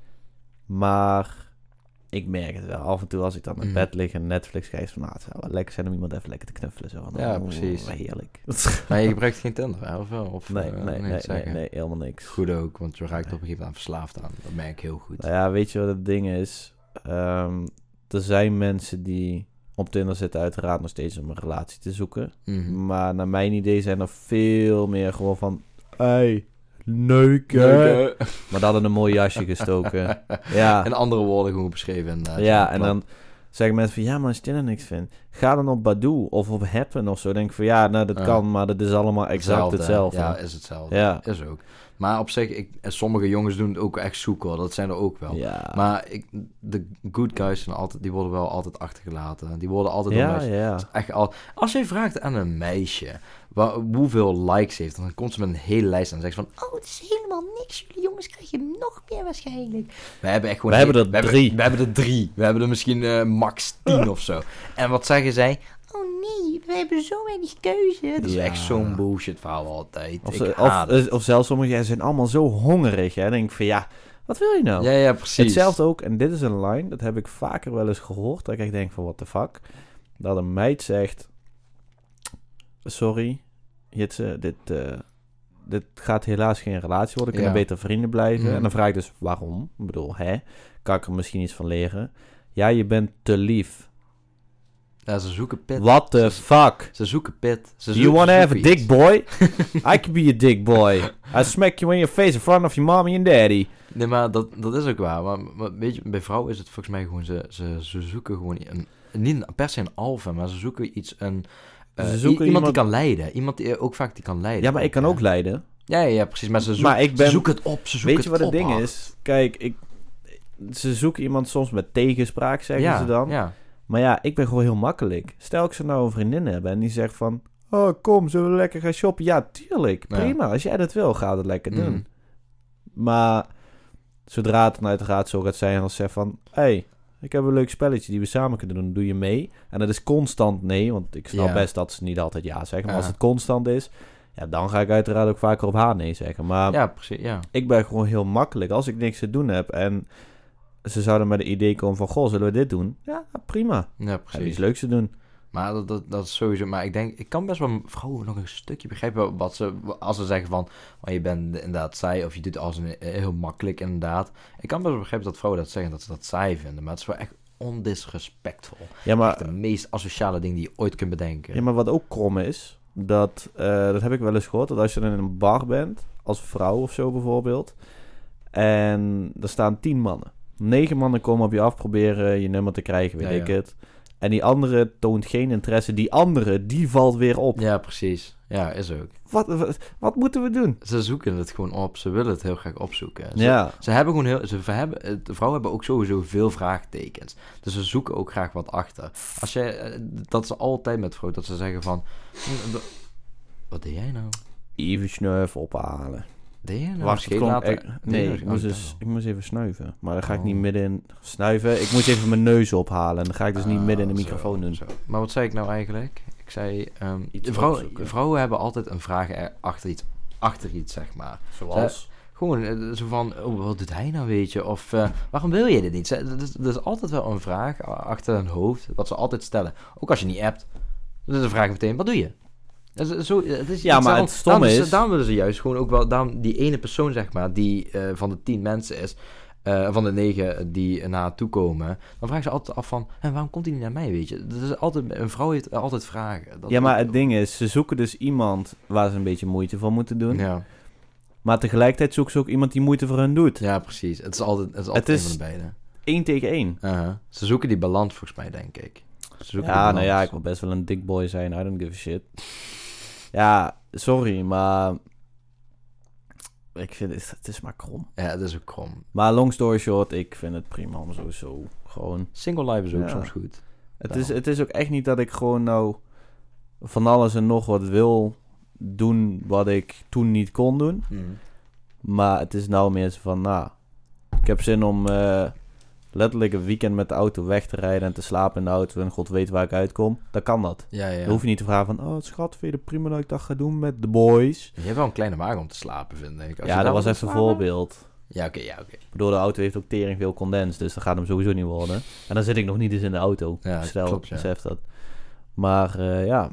maar ik merk het wel. Af en toe als ik dan in Mhm. bed lig en Netflix kijk, van, nou, het zou wel lekker zijn om iemand even lekker te knuffelen. Zo. van, Ja, oh, precies. Heerlijk. Maar je gebruikt geen Tinder, hè? Of wel? Of, Nee, eh, nee, niet nee, te nee, zeggen. nee, helemaal niks. Goed ook, want je raakt op een gegeven moment verslaafd aan. Dat merk ik heel goed. Nou ja, weet je wat het ding is? Ehm, er zijn mensen die op Tinder zitten uiteraard nog steeds om een relatie te zoeken. Mhm. Maar naar mijn idee zijn er veel meer gewoon van, hey, neuken. Neuken. Maar dat in een mooi jasje gestoken. Ja, En andere woorden gewoon beschreven. inderdaad. ja, en Klopt. dan zeggen mensen van, ja, maar als je Tinder niks vindt, ga dan op Badoo of op Happen of zo. Dan denk ik van, ja, nou, dat Ja. kan, maar dat is allemaal exact hetzelfde. Ja, is hetzelfde. Ja. Is ook. Maar op zich, ik, en sommige jongens doen het ook echt zoeken, hoor. Dat zijn er ook wel. Ja, Maar ik, de good guys zijn altijd, die worden wel altijd achtergelaten. Die worden altijd door ja, meisjes- ja. Echt al, als je vraagt aan een meisje wa- hoeveel likes heeft, dan komt ze met een hele lijst en dan zegt ze van, Oh, het is helemaal niks. Jullie jongens krijgen nog meer waarschijnlijk. we hebben echt gewoon... We hebben er we hebben- drie. We hebben er drie. We hebben er misschien eh, max tien of zo. En wat zeggen zij? Oh nee, we hebben zo weinig keuze. Dat is Ja. echt zo'n bullshit verhaal altijd. Of, Ik ze, haat of, het. of zelfs sommigen zijn allemaal zo hongerig. Hè? Dan denk ik van, ja, wat wil je nou? Ja, ja, precies. Hetzelfde ook, en dit is een line, dat heb ik vaker wel eens gehoord, dat ik echt denk van, what the fuck? Dat een meid zegt, sorry, Jitse, dit, eh, dit gaat helaas geen relatie worden, we kunnen Ja. beter vrienden blijven. Mhm. En dan vraag ik dus, waarom? Ik bedoel, hè? Kan ik er misschien iets van leren? Ja, je bent te lief. Ja, ze zoeken pit. What the fuck? Ze zoeken pit. Ze Do you zoeken- want to have a zoeken dick iets. boy? I could be a dick boy. I smack you in your face in front of your mommy and daddy. Nee, maar dat, dat is ook waar. Maar, maar weet je, bij vrouwen is het volgens mij gewoon... Ze, ze, ze zoeken gewoon een niet per se een alfa, maar ze zoeken iets, een, uh, Ze i- zoeken iemand, iemand- die kan leiden. Iemand die uh, ook vaak die kan leiden. Ja, maar ik kan hè. ook leiden. Ja, ja, ja, precies. Maar ze, zoek, Maar ik ben- ze zoeken het op, ze zoeken Weet je wat het het op, ding ach. is? Kijk, ik, ze zoeken iemand soms met tegenspraak, zeggen ja, ze dan. Ja, Maar ja, ik ben gewoon heel makkelijk. Stel ik ze nou een vriendin hebben en die zegt van... Oh, kom, zullen we lekker gaan shoppen? Ja, tuurlijk. Ja. Prima. Als jij dat wil, ga het lekker doen. Mhm. Maar zodra het dan uiteraard zo gaat zijn als ze van... Hey, ik heb een leuk spelletje die we samen kunnen doen. Doe je mee? En dat is constant nee. Want ik snap Ja. best dat ze niet altijd ja zeggen. Maar Ja. als het constant is... Ja, dan ga ik uiteraard ook vaker op haar nee zeggen. Maar ja, precies, ja. ik ben gewoon heel makkelijk. Als ik niks te doen heb en ze zouden met een idee komen van... Goh, zullen we dit doen? Ja, prima. Ja, Heb je precies. iets leuks te doen. Maar dat, dat, dat is sowieso... Maar ik denk, ik kan best wel vrouwen nog een stukje begrijpen wat ze... Als ze zeggen van, oh, je bent inderdaad saai of je doet alles een- heel makkelijk inderdaad. Ik kan best wel begrijpen dat vrouwen dat zeggen, dat ze dat saai vinden. Maar het is wel echt ondisrespectvol. Ja, maar... Echt de meest asociale ding die je ooit kunt bedenken. Ja, maar wat ook krom is, dat, eh, dat heb ik wel eens gehoord, dat als je dan in een bar bent, als vrouw of zo bijvoorbeeld, en er staan tien mannen. Negen mannen komen op je af, proberen je nummer te krijgen, weet Ja, ik ja. het. En die andere toont geen interesse. Die andere, die valt weer op. Ja, precies. Ja, is ook. Wat, wat, wat moeten we doen? Ze zoeken het gewoon op. Ze willen het heel graag opzoeken. Ze, Ja, ze hebben gewoon heel... Ze hebben, de vrouwen hebben ook sowieso veel vraagtekens. Dus ze zoeken ook graag wat achter. Als je... eh, Dat is altijd met vrouwen. Dat ze zeggen van... "Hm, de- Wat deed jij nou? even snuif ophalen. Deed jij nou? Wacht, het Scheet klonk laten- echt- deed nee, je ik nou- moest, oh, eens, ik moest even snuiven. Maar dan ga ik Oh. niet midden in snuiven. Ik moest even mijn neus ophalen. En dan ga ik dus niet Ah, midden in de zo, microfoon doen. zo. Maar wat zei ik nou eigenlijk? Ik zei... ehm, Iets vrouwen, opzoeken. vrouwen hebben altijd een vraag er achter iets, achter iets, zeg maar. Zoals? Gewoon eh, zo van, oh, wat doet hij nou, weet je? Of eh, waarom wil je dit niet? Ze- Dat is, dat is altijd wel een vraag achter hun hoofd, wat ze altijd stellen. Ook als je niet appt. Dus dan vraag ik meteen, wat doe je? Dat is zo, het is Ja, iets maar daarom- het stomme daarom, is- Daarom willen ze juist gewoon ook wel, daarom die ene persoon, zeg maar, die eh, van de tien mensen is, eh, van de negen die naar haar toe komen, dan vragen ze altijd af van, en waarom komt hij niet naar mij, weet je? Dat is altijd, een vrouw heeft altijd vragen. Dat Ja, maar het ding is, ze zoeken dus iemand waar ze een beetje moeite voor moeten doen. Ja, Maar tegelijkertijd zoeken ze ook iemand die moeite voor hen doet. ja, precies. Het is altijd, het is altijd Het een is- van de beide. Eén tegen één. Uh-huh. Ze zoeken die balans volgens mij, denk ik. Ze zoeken Ja, die nou ja, balans. ik wil best wel een dick boy zijn. I don't give a shit. Ja, sorry, maar... Ik vind het, het is maar krom. Ja, dat is ook krom. Maar long story short, ik vind het prima om sowieso gewoon... Single life is ook Ja. soms goed. Het Ja. is, het is ook echt niet dat ik gewoon nou van alles en nog wat wil doen wat ik toen niet kon doen. Maar het is nou meer zo van, nou, ik heb zin om eh, letterlijk een weekend met de auto weg te rijden en te slapen in de auto en god weet waar ik uitkom. Dan kan dat. Ja, ja. Dan hoef je niet te vragen van, oh schat, vind je het prima dat ik dat ga doen met de boys? Je hebt wel een kleine maag om te slapen, vind ik. Als je Ja, daar dat was wil even een slapen- voorbeeld. Ja, oké, ja, oké. Ik bedoel, de auto heeft ook tering veel condens, dus dat gaat hem sowieso niet worden. En dan zit ik nog niet eens in de auto. Ja, Stel, klopt, ja. besef dat. Maar eh, ja,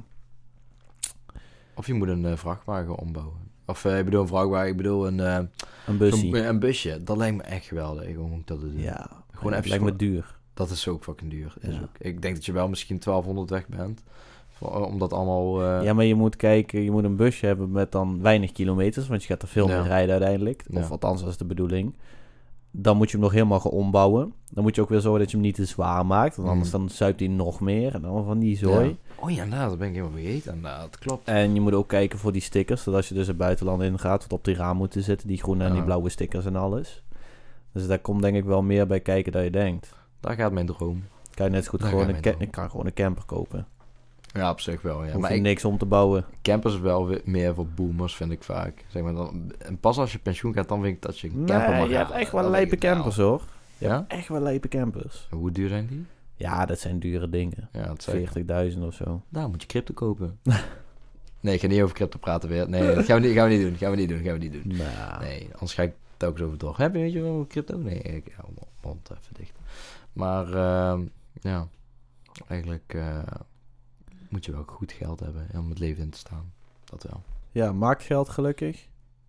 Of je moet een eh, vrachtwagen ombouwen. Of eh, ik bedoel een vrachtwagen, ik bedoel een, eh, een busje. zo'n- een busje. Dat lijkt me echt geweldig om dat te doen. Ja, Gewoon het even lijkt me voor- duur. Dat is ook fucking duur. Is Ja. ook. Ik denk dat je wel misschien twaalfhonderd weg bent. Voor, om dat allemaal... eh, Ja, maar je moet kijken, je moet een busje hebben met dan weinig kilometers, want je gaat er veel Ja. meer rijden uiteindelijk. Of Ja. althans, dat is de bedoeling. Dan moet je hem nog helemaal gaan ombouwen. Dan moet je ook weer zorgen dat je hem niet te zwaar maakt, want anders Mm. dan zuipt hij nog meer en dan van die zooi. Ja. Oh ja, inderdaad, dat ben ik helemaal vergeten. Inderdaad, klopt. En je moet ook kijken voor die stickers, zodat als je dus het buitenland in gaat, wat op die raam moeten zitten, die groene en die Ja. blauwe stickers en alles. Dus daar komt denk ik wel meer bij kijken dan je denkt. Daar gaat mijn droom. Kan je net zo goed Daar gewoon gaat een, mijn ca- droom. ik kan gewoon een camper kopen. Ja, op zich wel, ja. Hoef Maar je ik, niks om te bouwen. campers is wel weer meer voor boomers, vind ik vaak. Zeg maar dan, en pas als je pensioen gaat, dan vind ik dat je een camper Nee, mag je hebt halen. echt wel Dat lijpe denk ik wel. campers hoor. Je Ja? hebt echt wel lijpe campers. En hoe duur zijn die? Ja, dat zijn dure dingen. Ja, dat zeg ik. veertigduizend of zo. Daar moet je crypto kopen. Nee, ik ga niet over crypto praten weer. Nee, dat gaan we niet, gaan we niet doen. Gaan we niet doen. Gaan we niet doen. Nou, Nee, anders ga ik telkens over door. Heb je, weet je wel, crypto? Nee, ik hou mijn mond even dicht. Maar, ehm, ja, eigenlijk eh, moet je wel goed geld hebben om het leven in te staan. Dat wel. ja, maakt geld gelukkig?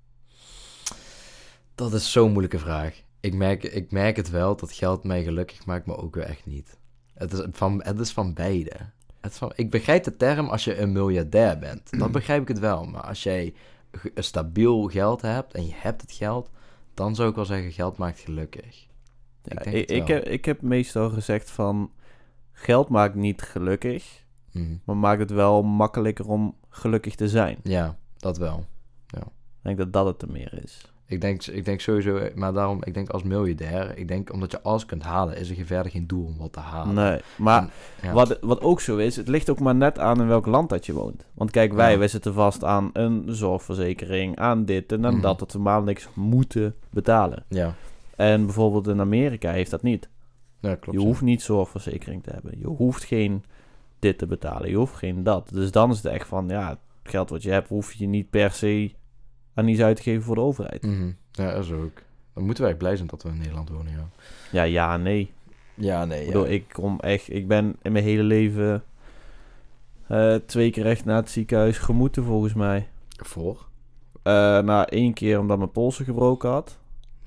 Dat is zo'n moeilijke vraag. Ik merk, ik merk het wel, dat geld mij gelukkig maakt, maar ook weer echt niet. Het is van, het is van beide. Het is van, ik begrijp de term als je een miljardair bent. Dan begrijp ik het wel. Maar als jij ge- een stabiel geld hebt en je hebt het geld, dan zou ik wel zeggen, geld maakt gelukkig. Ja, denk ik, het ik, wel. heb, ik heb meestal gezegd van... geld maakt niet gelukkig, Mhm. maar maakt het wel makkelijker om gelukkig te zijn. Ja, dat wel. Ik denk dat dat het er meer is. Ik denk, ik denk sowieso, maar daarom, ik denk als miljardair, ik denk omdat je alles kunt halen, is er verder geen doel om wat te halen. Nee, maar En, ja. wat, wat ook zo is, het ligt ook maar net aan in welk land dat je woont. Want kijk, wij, Ja. wij zitten vast aan een zorgverzekering, aan dit en aan Mhm. dat, dat we maandelijks moeten betalen. Ja, En bijvoorbeeld in Amerika heeft dat niet. ja klopt. Je hoeft niet zorgverzekering te hebben. Je hoeft geen dit te betalen. Je hoeft geen dat. Dus dan is het echt van, ja, het geld wat je hebt, hoef je niet per se aan iets uit te geven voor de overheid. Mhm. Ja, dat is ook. Dan moeten wij blij zijn dat we in Nederland wonen, ja. Ja, ja, nee. Ja, nee, Ik ja. bedoel, ik kom echt, ik ben in mijn hele leven eh, twee keer echt naar het ziekenhuis gemoeten, volgens mij. Voor? Uh, nou, één keer omdat mijn polsen gebroken had.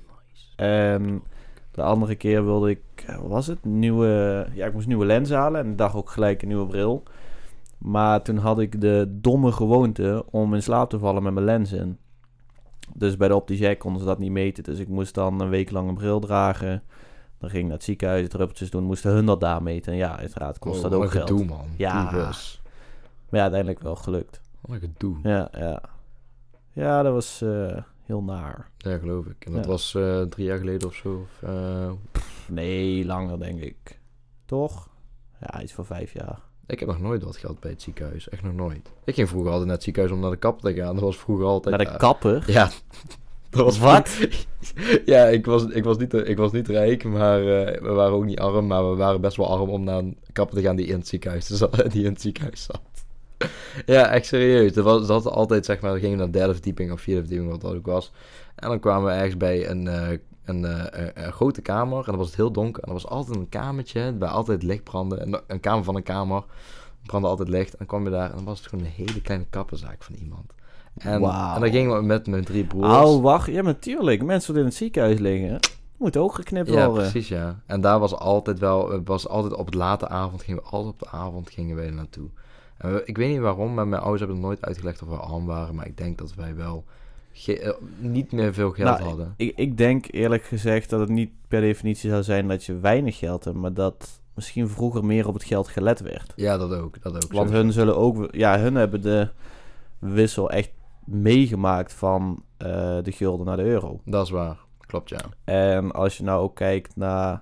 En de andere keer wilde ik, eh, wat was het? Nieuwe, ja, ik moest nieuwe lens halen en ik dacht ook gelijk een nieuwe bril. Maar toen had ik de domme gewoonte om in slaap te vallen met mijn lens in. Dus bij de opticien konden ze dat niet meten. Dus ik moest dan een week lang een bril dragen. Dan ging ik naar het ziekenhuis, druppeltjes doen. Moesten hun dat daar meten. En ja, uiteraard kost Oh, dat wat ook een geld. gedoe, man. Ja. Doe eens. Maar ja, uiteindelijk wel gelukt. Wat een gedoe. Ja, ja. Ja, dat was uh, heel naar. Ja, geloof ik. En dat Ja. was uh, drie jaar geleden of zo? Of, uh... Nee, langer denk ik. Toch? Ja, iets van vijf jaar. Ik heb nog nooit wat gehad bij het ziekenhuis. Echt nog nooit. Ik ging vroeger altijd naar het ziekenhuis om naar de kapper te gaan. Dat was vroeger altijd... Naar de uh, kapper? Ja. Dat was Wat? Ja, ik was, ik, was niet, ik was niet rijk, maar uh, we waren ook niet arm. Maar we waren best wel arm om naar een kapper te gaan die in het ziekenhuis zat. Die in het ziekenhuis zat. Ja, echt serieus. Dat was dat altijd, zeg maar, we gingen naar de derde verdieping of vierde verdieping, wat dat ook was. En dan kwamen we ergens bij een, uh, een, uh, een, een grote kamer. En dan was het heel donker. En er was altijd een kamertje, waar altijd licht brandde. En een kamer van een kamer brandde altijd licht. En dan kwam je daar en dan was het gewoon een hele kleine kappenzaak van iemand. En, Wauw. en dan gingen we met mijn drie broers. Oh, wacht. Ja, natuurlijk. Mensen die in het ziekenhuis liggen, moeten ook geknipt Ja, worden. precies, ja. En daar was altijd wel, was altijd op het late avond, gingen we altijd op de avond gingen we er naartoe. En we, ik weet niet waarom, maar mijn ouders hebben het nooit uitgelegd of we arm waren, maar ik denk dat wij wel ge- uh, niet meer veel geld Nou, hadden. Ik, ik denk eerlijk gezegd dat het niet per definitie zou zijn dat je weinig geld hebt, maar dat misschien vroeger meer op het geld gelet werd. Ja, dat ook, dat ook. Want sowieso. hun zullen ook, ja, hun hebben de wissel echt meegemaakt van uh, de gulden naar de euro. Dat is waar, klopt, ja. En als je nou ook kijkt naar...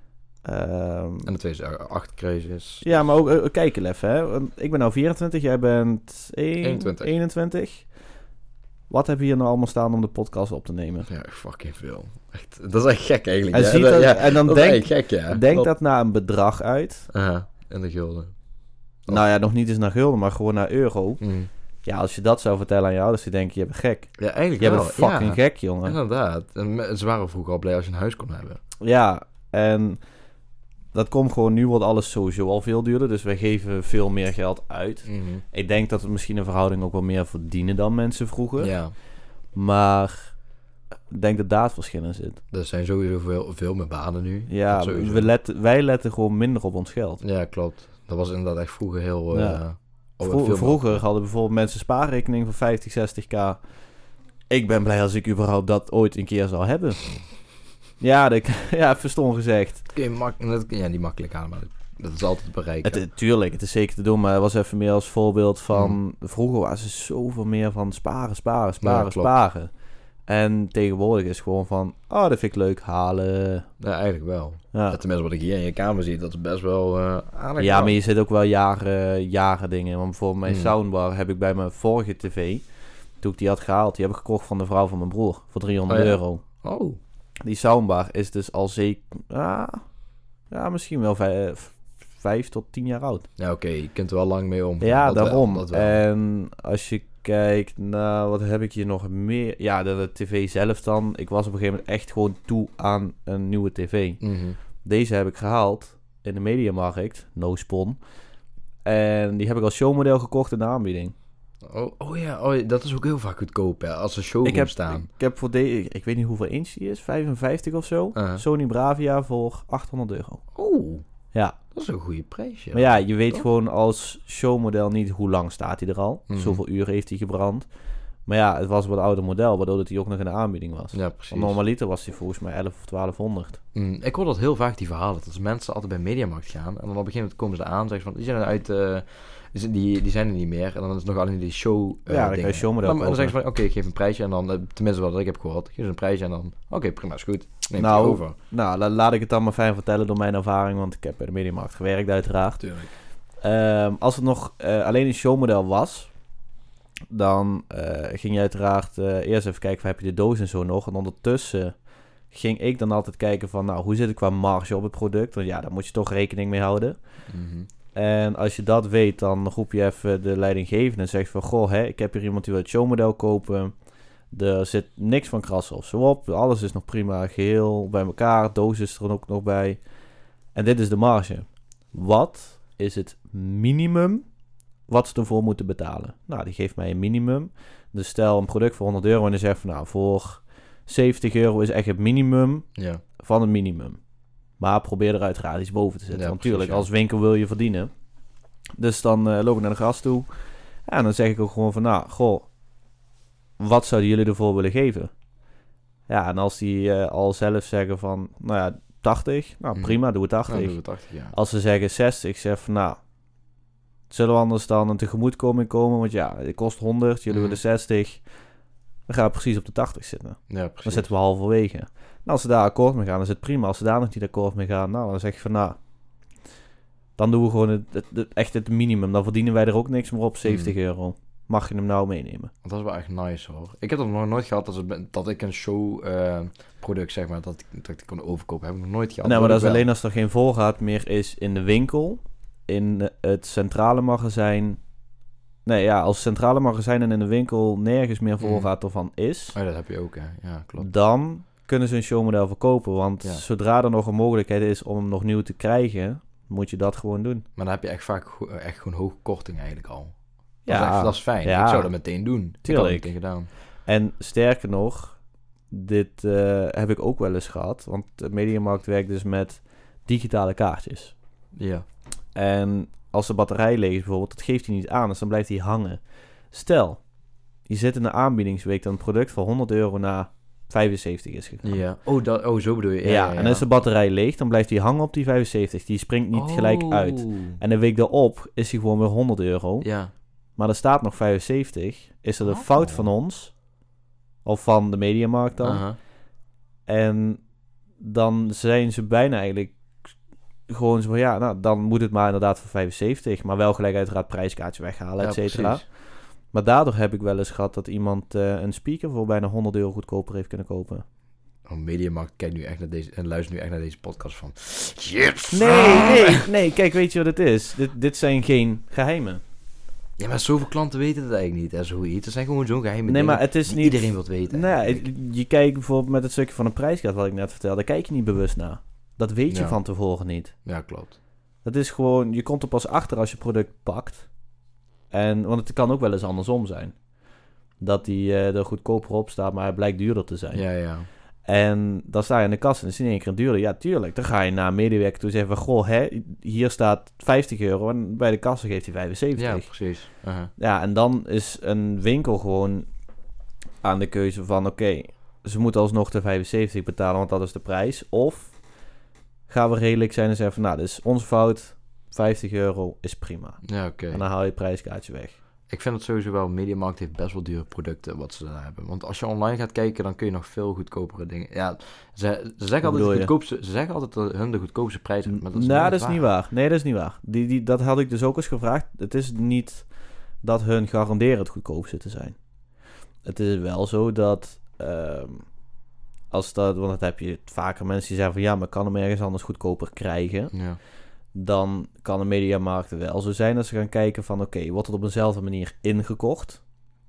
Um, En de tweeduizend crisis. ja, maar ook, uh, kijk even, hè. Want ik ben nou vierentwintig, jij bent een, eenentwintig. eenentwintig. Wat heb je hier nou allemaal staan om de podcast op te nemen? Ja, fucking veel. Echt, dat is echt gek eigenlijk. En, ja. ziet dat, dat, ja, en dan dat is denk, eigenlijk gek, ja. denk dat... dat naar een bedrag uit. Aha, en de gulden. Of... Nou ja, nog niet eens naar gulden, maar gewoon naar euro. Mm. Ja, als je dat zou vertellen aan je ouders, die denken, je bent gek. Ja, eigenlijk Je wel. bent fucking ja. gek, jongen. Inderdaad. En ze waren vroeger al blij als je een huis kon hebben. Ja, en dat komt gewoon, nu wordt alles sowieso al veel duurder. Dus wij geven veel meer geld uit. Mm-hmm. Ik denk dat we misschien een verhouding ook wel meer verdienen dan mensen vroeger. Ja, Maar ik denk dat daar het verschil in zit. er zijn sowieso veel, veel meer banen nu. Ja, Dat sowieso. we letten, wij letten gewoon minder op ons geld. Ja, klopt. Dat was inderdaad echt vroeger heel... Ja. Uh, oh, Vro- veel vroeger meer. hadden bijvoorbeeld mensen spaarrekening van vijftig, zestig k. Ik ben blij als ik überhaupt dat ooit een keer zal hebben. Ja, dat, ja, verstom gezegd. Kun je mak- dat, ja, niet makkelijk aan, maar dat is altijd te bereiken. Het, tuurlijk, het is zeker te doen, maar het was even meer als voorbeeld van... Hmm. Vroeger waren ze zoveel meer van sparen, sparen, sparen, Ja, klopt. sparen. En tegenwoordig is gewoon van... Oh, dat vind ik leuk, halen. Ja, eigenlijk wel. Ja, Ja, tenminste, wat ik hier in je kamer zie, dat is best wel uh, aardig. ja wel. maar je zit ook wel jaren, jaren dingen. Want bijvoorbeeld mijn Hmm. soundbar heb ik bij mijn vorige tv... Toen ik die had gehaald, die heb ik gekocht van de vrouw van mijn broer. Voor driehonderd Oh, ja. euro. Oh. Die soundbar is dus al zeker... Ah, ja, misschien wel vijf, vijf tot tien jaar oud. Ja, oké. Okay. Je kunt er wel lang mee om. Ja, dat daarom. Wel, dat wel. En als je kijkt naar... Wat heb ik hier nog meer? Ja, de, de tv zelf dan. Ik was op een gegeven moment echt gewoon toe aan een nieuwe tv. Mm-hmm. Deze heb ik gehaald in de Mediamarkt. No spon. En die heb ik als showmodel gekocht in de aanbieding. Oh, oh ja, oh, dat is ook heel vaak goedkoop, hè. Als er showroom Ik heb, staan. ik heb voor deze... Ik weet niet hoeveel inch die is. vijfenvijftig of zo. Uh-huh. Sony Bravia voor achthonderd euro. Oh, Ja. dat is een goede prijs, ja. Maar ja, je weet Toch? gewoon als showmodel niet hoe lang staat hij er al. Mhm. Zoveel uur heeft hij gebrand. Maar ja, het was wat ouder model, waardoor het die ook nog in de aanbieding was. Ja, precies. Want normaliter was die volgens mij elf of twaalfhonderd. Mm, ik hoor dat heel vaak, die verhalen. Dat mensen altijd bij Mediamarkt gaan. En dan op een gegeven moment komen ze aan. Zeggen ze van, die zijn er uit... Uh, die, die zijn er niet meer. En dan is het nog alleen die show uh, Ja, dan kan je showmodel En dan, dan zeggen kopen. ze van, oké, okay, ik geef een prijsje. En dan, uh, tenminste wat ik heb gehoord. Geef ze een prijsje en dan... Oké, okay, prima, is goed. Neem nou, het over. Nou, la, laat ik het dan maar fijn vertellen door mijn ervaring. Want ik heb bij de Mediamarkt gewerkt uiteraard. Tuurlijk. Um, als het nog uh, alleen een showmodel was... Dan uh, ging je uiteraard uh, eerst even kijken... Van, heb je de doos en zo nog? En ondertussen... ging ik dan altijd kijken van... nou, hoe zit het qua marge op het product? Want ja, daar moet je toch rekening mee houden. Mm-hmm. En als je dat weet, dan roep je even de leidinggevende... en zeg van, goh, hè, ik heb hier iemand die wil het showmodel kopen... Er zit niks van krassen of zo op. Alles is nog prima geheel bij elkaar. Doos is er ook nog bij. En dit is de marge. Wat is het minimum wat ze ervoor moeten betalen? Nou, die geeft mij een minimum. Dus stel een product voor honderd euro... en dan zegt van, nou, voor zeventig euro is echt het minimum ja. van het minimum. Maar probeer er uiteraard iets boven te zetten. Ja, Want precies, natuurlijk, ja. als winkel wil je verdienen. Dus dan uh, loop ik naar de gast toe. Ja, en dan zeg ik ook gewoon van, nou, goh, wat zouden jullie ervoor willen geven? Ja, en als die uh, al zelf zeggen van, nou ja, tachtig. Nou, Mm. prima, doe het tachtig. Nou, doen we tachtig, ja. Als ze zeggen zestig, zeg van, nou, zullen we anders dan een tegemoetkoming komen? Want ja, het kost honderd, jullie Mm. willen zestig. Dan gaan we precies op de tachtig zitten. Ja, Dan precies. zitten we halverwege. Nou, als ze daar akkoord mee gaan, dan is het prima. Als ze daar nog niet akkoord mee gaan, nou, dan zeg je van, nou, dan doen we gewoon het, het, het, echt het minimum. Dan verdienen wij er ook niks meer op, zeventig euro. Mag je hem nou meenemen? Dat is wel echt nice, hoor. Ik heb dat nog nooit gehad dat, het, dat ik een show uh, product, zeg maar, dat ik, dat ik die kon overkopen. Heb ik nog nooit gehad. Nee, maar dat is wel. alleen als er geen voorraad meer is in de winkel, in het centrale magazijn. Nee, ja, als centrale magazijn en in de winkel nergens meer voorraad ervan is, Oh, dat heb je ook, hè. Ja, klopt. dan kunnen ze een showmodel verkopen. Want Ja. zodra er nog een mogelijkheid is om hem nog nieuw te krijgen, moet je dat gewoon doen. Maar dan heb je echt vaak go- echt gewoon hoge korting eigenlijk al. Dat, Ja, is, echt, dat is fijn. ja. Ik zou dat meteen doen. Ik had Tuurlijk. het meteen gedaan. En sterker nog, dit uh, heb ik ook wel eens gehad. Want de Mediamarkt werkt dus met digitale kaartjes. Ja. En als de batterij leeg is bijvoorbeeld, dat geeft hij niet aan. Dus dan blijft hij hangen. Stel, je zit in de aanbiedingsweek dat een product voor honderd euro naar vijfenzeventig is gegaan. Ja. Oh, dat, oh, zo bedoel je. Ja, Ja, ja, ja. en dan is de batterij leeg, dan blijft hij hangen op die vijfenzeventig. Die springt niet gelijk Oh. uit. En de week daarop is hij gewoon weer honderd euro. Ja. Maar er staat nog vijfenzeventig. Is er een Oh. fout van ons? Of van de Mediamarkt dan? Aha. En dan zijn ze bijna eigenlijk gewoon zo van, ja, nou, dan moet het maar inderdaad voor vijfenzeventig. Maar wel gelijk uiteraard prijskaartje weghalen, et Ja, cetera. precies. Maar daardoor heb ik wel eens gehad dat iemand uh, een speaker voor bijna honderd euro goedkoper heeft kunnen kopen. Oh, Mediamarkt kijkt nu echt naar deze en luistert nu echt naar deze podcast van. Yes! Nee, nee, nee. Kijk, weet je wat het is? Dit, dit zijn geen geheimen. Ja, maar zoveel klanten weten het eigenlijk niet. Hè, zoiets. Het zijn gewoon zo'n geheime Nee, dingen maar het is die niet... iedereen wilt weten. Nee, eigenlijk. het- je kijkt bijvoorbeeld met het stukje van een prijskaart wat ik net vertelde. Daar kijk je niet bewust naar. Dat weet je Ja. van tevoren niet. Ja, klopt. Dat is gewoon... Je komt er pas achter als je product pakt. En, want het kan ook wel eens andersom zijn. Dat die uh, er goedkoper op staat, maar hij blijkt duurder te zijn. Ja, ja. En dan sta je in de kast en is het in één keer duurder. Ja, tuurlijk. Dan ga je naar een medewerker toe en zeggen van... Goh, hè, hier staat vijftig euro en bij de kassa geeft hij vijfenzeventig. Ja, Ja. precies. Aha. ja, en dan is een winkel gewoon aan de keuze van... Oké, okay, ze moeten alsnog de vijfenzeventig betalen, want dat is de prijs. Of gaan we redelijk zijn en zeggen van... Nou, dit is onze fout. vijftig euro is prima. Ja, oké. En dan haal je het prijskaartje weg. Ik vind het sowieso wel, Mediamarkt heeft best wel dure producten wat ze daar hebben. Want als je online gaat kijken, dan kun je nog veel goedkopere dingen. Ja, ze, ze zeggen altijd bedoel de je? goedkoopste, ze zeggen altijd dat hun de goedkoopste prijs hebben. Maar dat is nou, nooit dat is niet waar. Nee, dat is niet waar. Die, die, dat had ik dus ook eens gevraagd. Het is niet dat hun garanderen het goedkoopste te zijn. Het is wel zo dat... Um, als dat, want dat heb je vaker mensen die zeggen van... Ja, maar ik kan hem ergens anders goedkoper krijgen. Ja. Dan kan een Mediamarkt wel zo zijn dat ze gaan kijken van... Oké, okay, wordt het op eenzelfde manier ingekocht?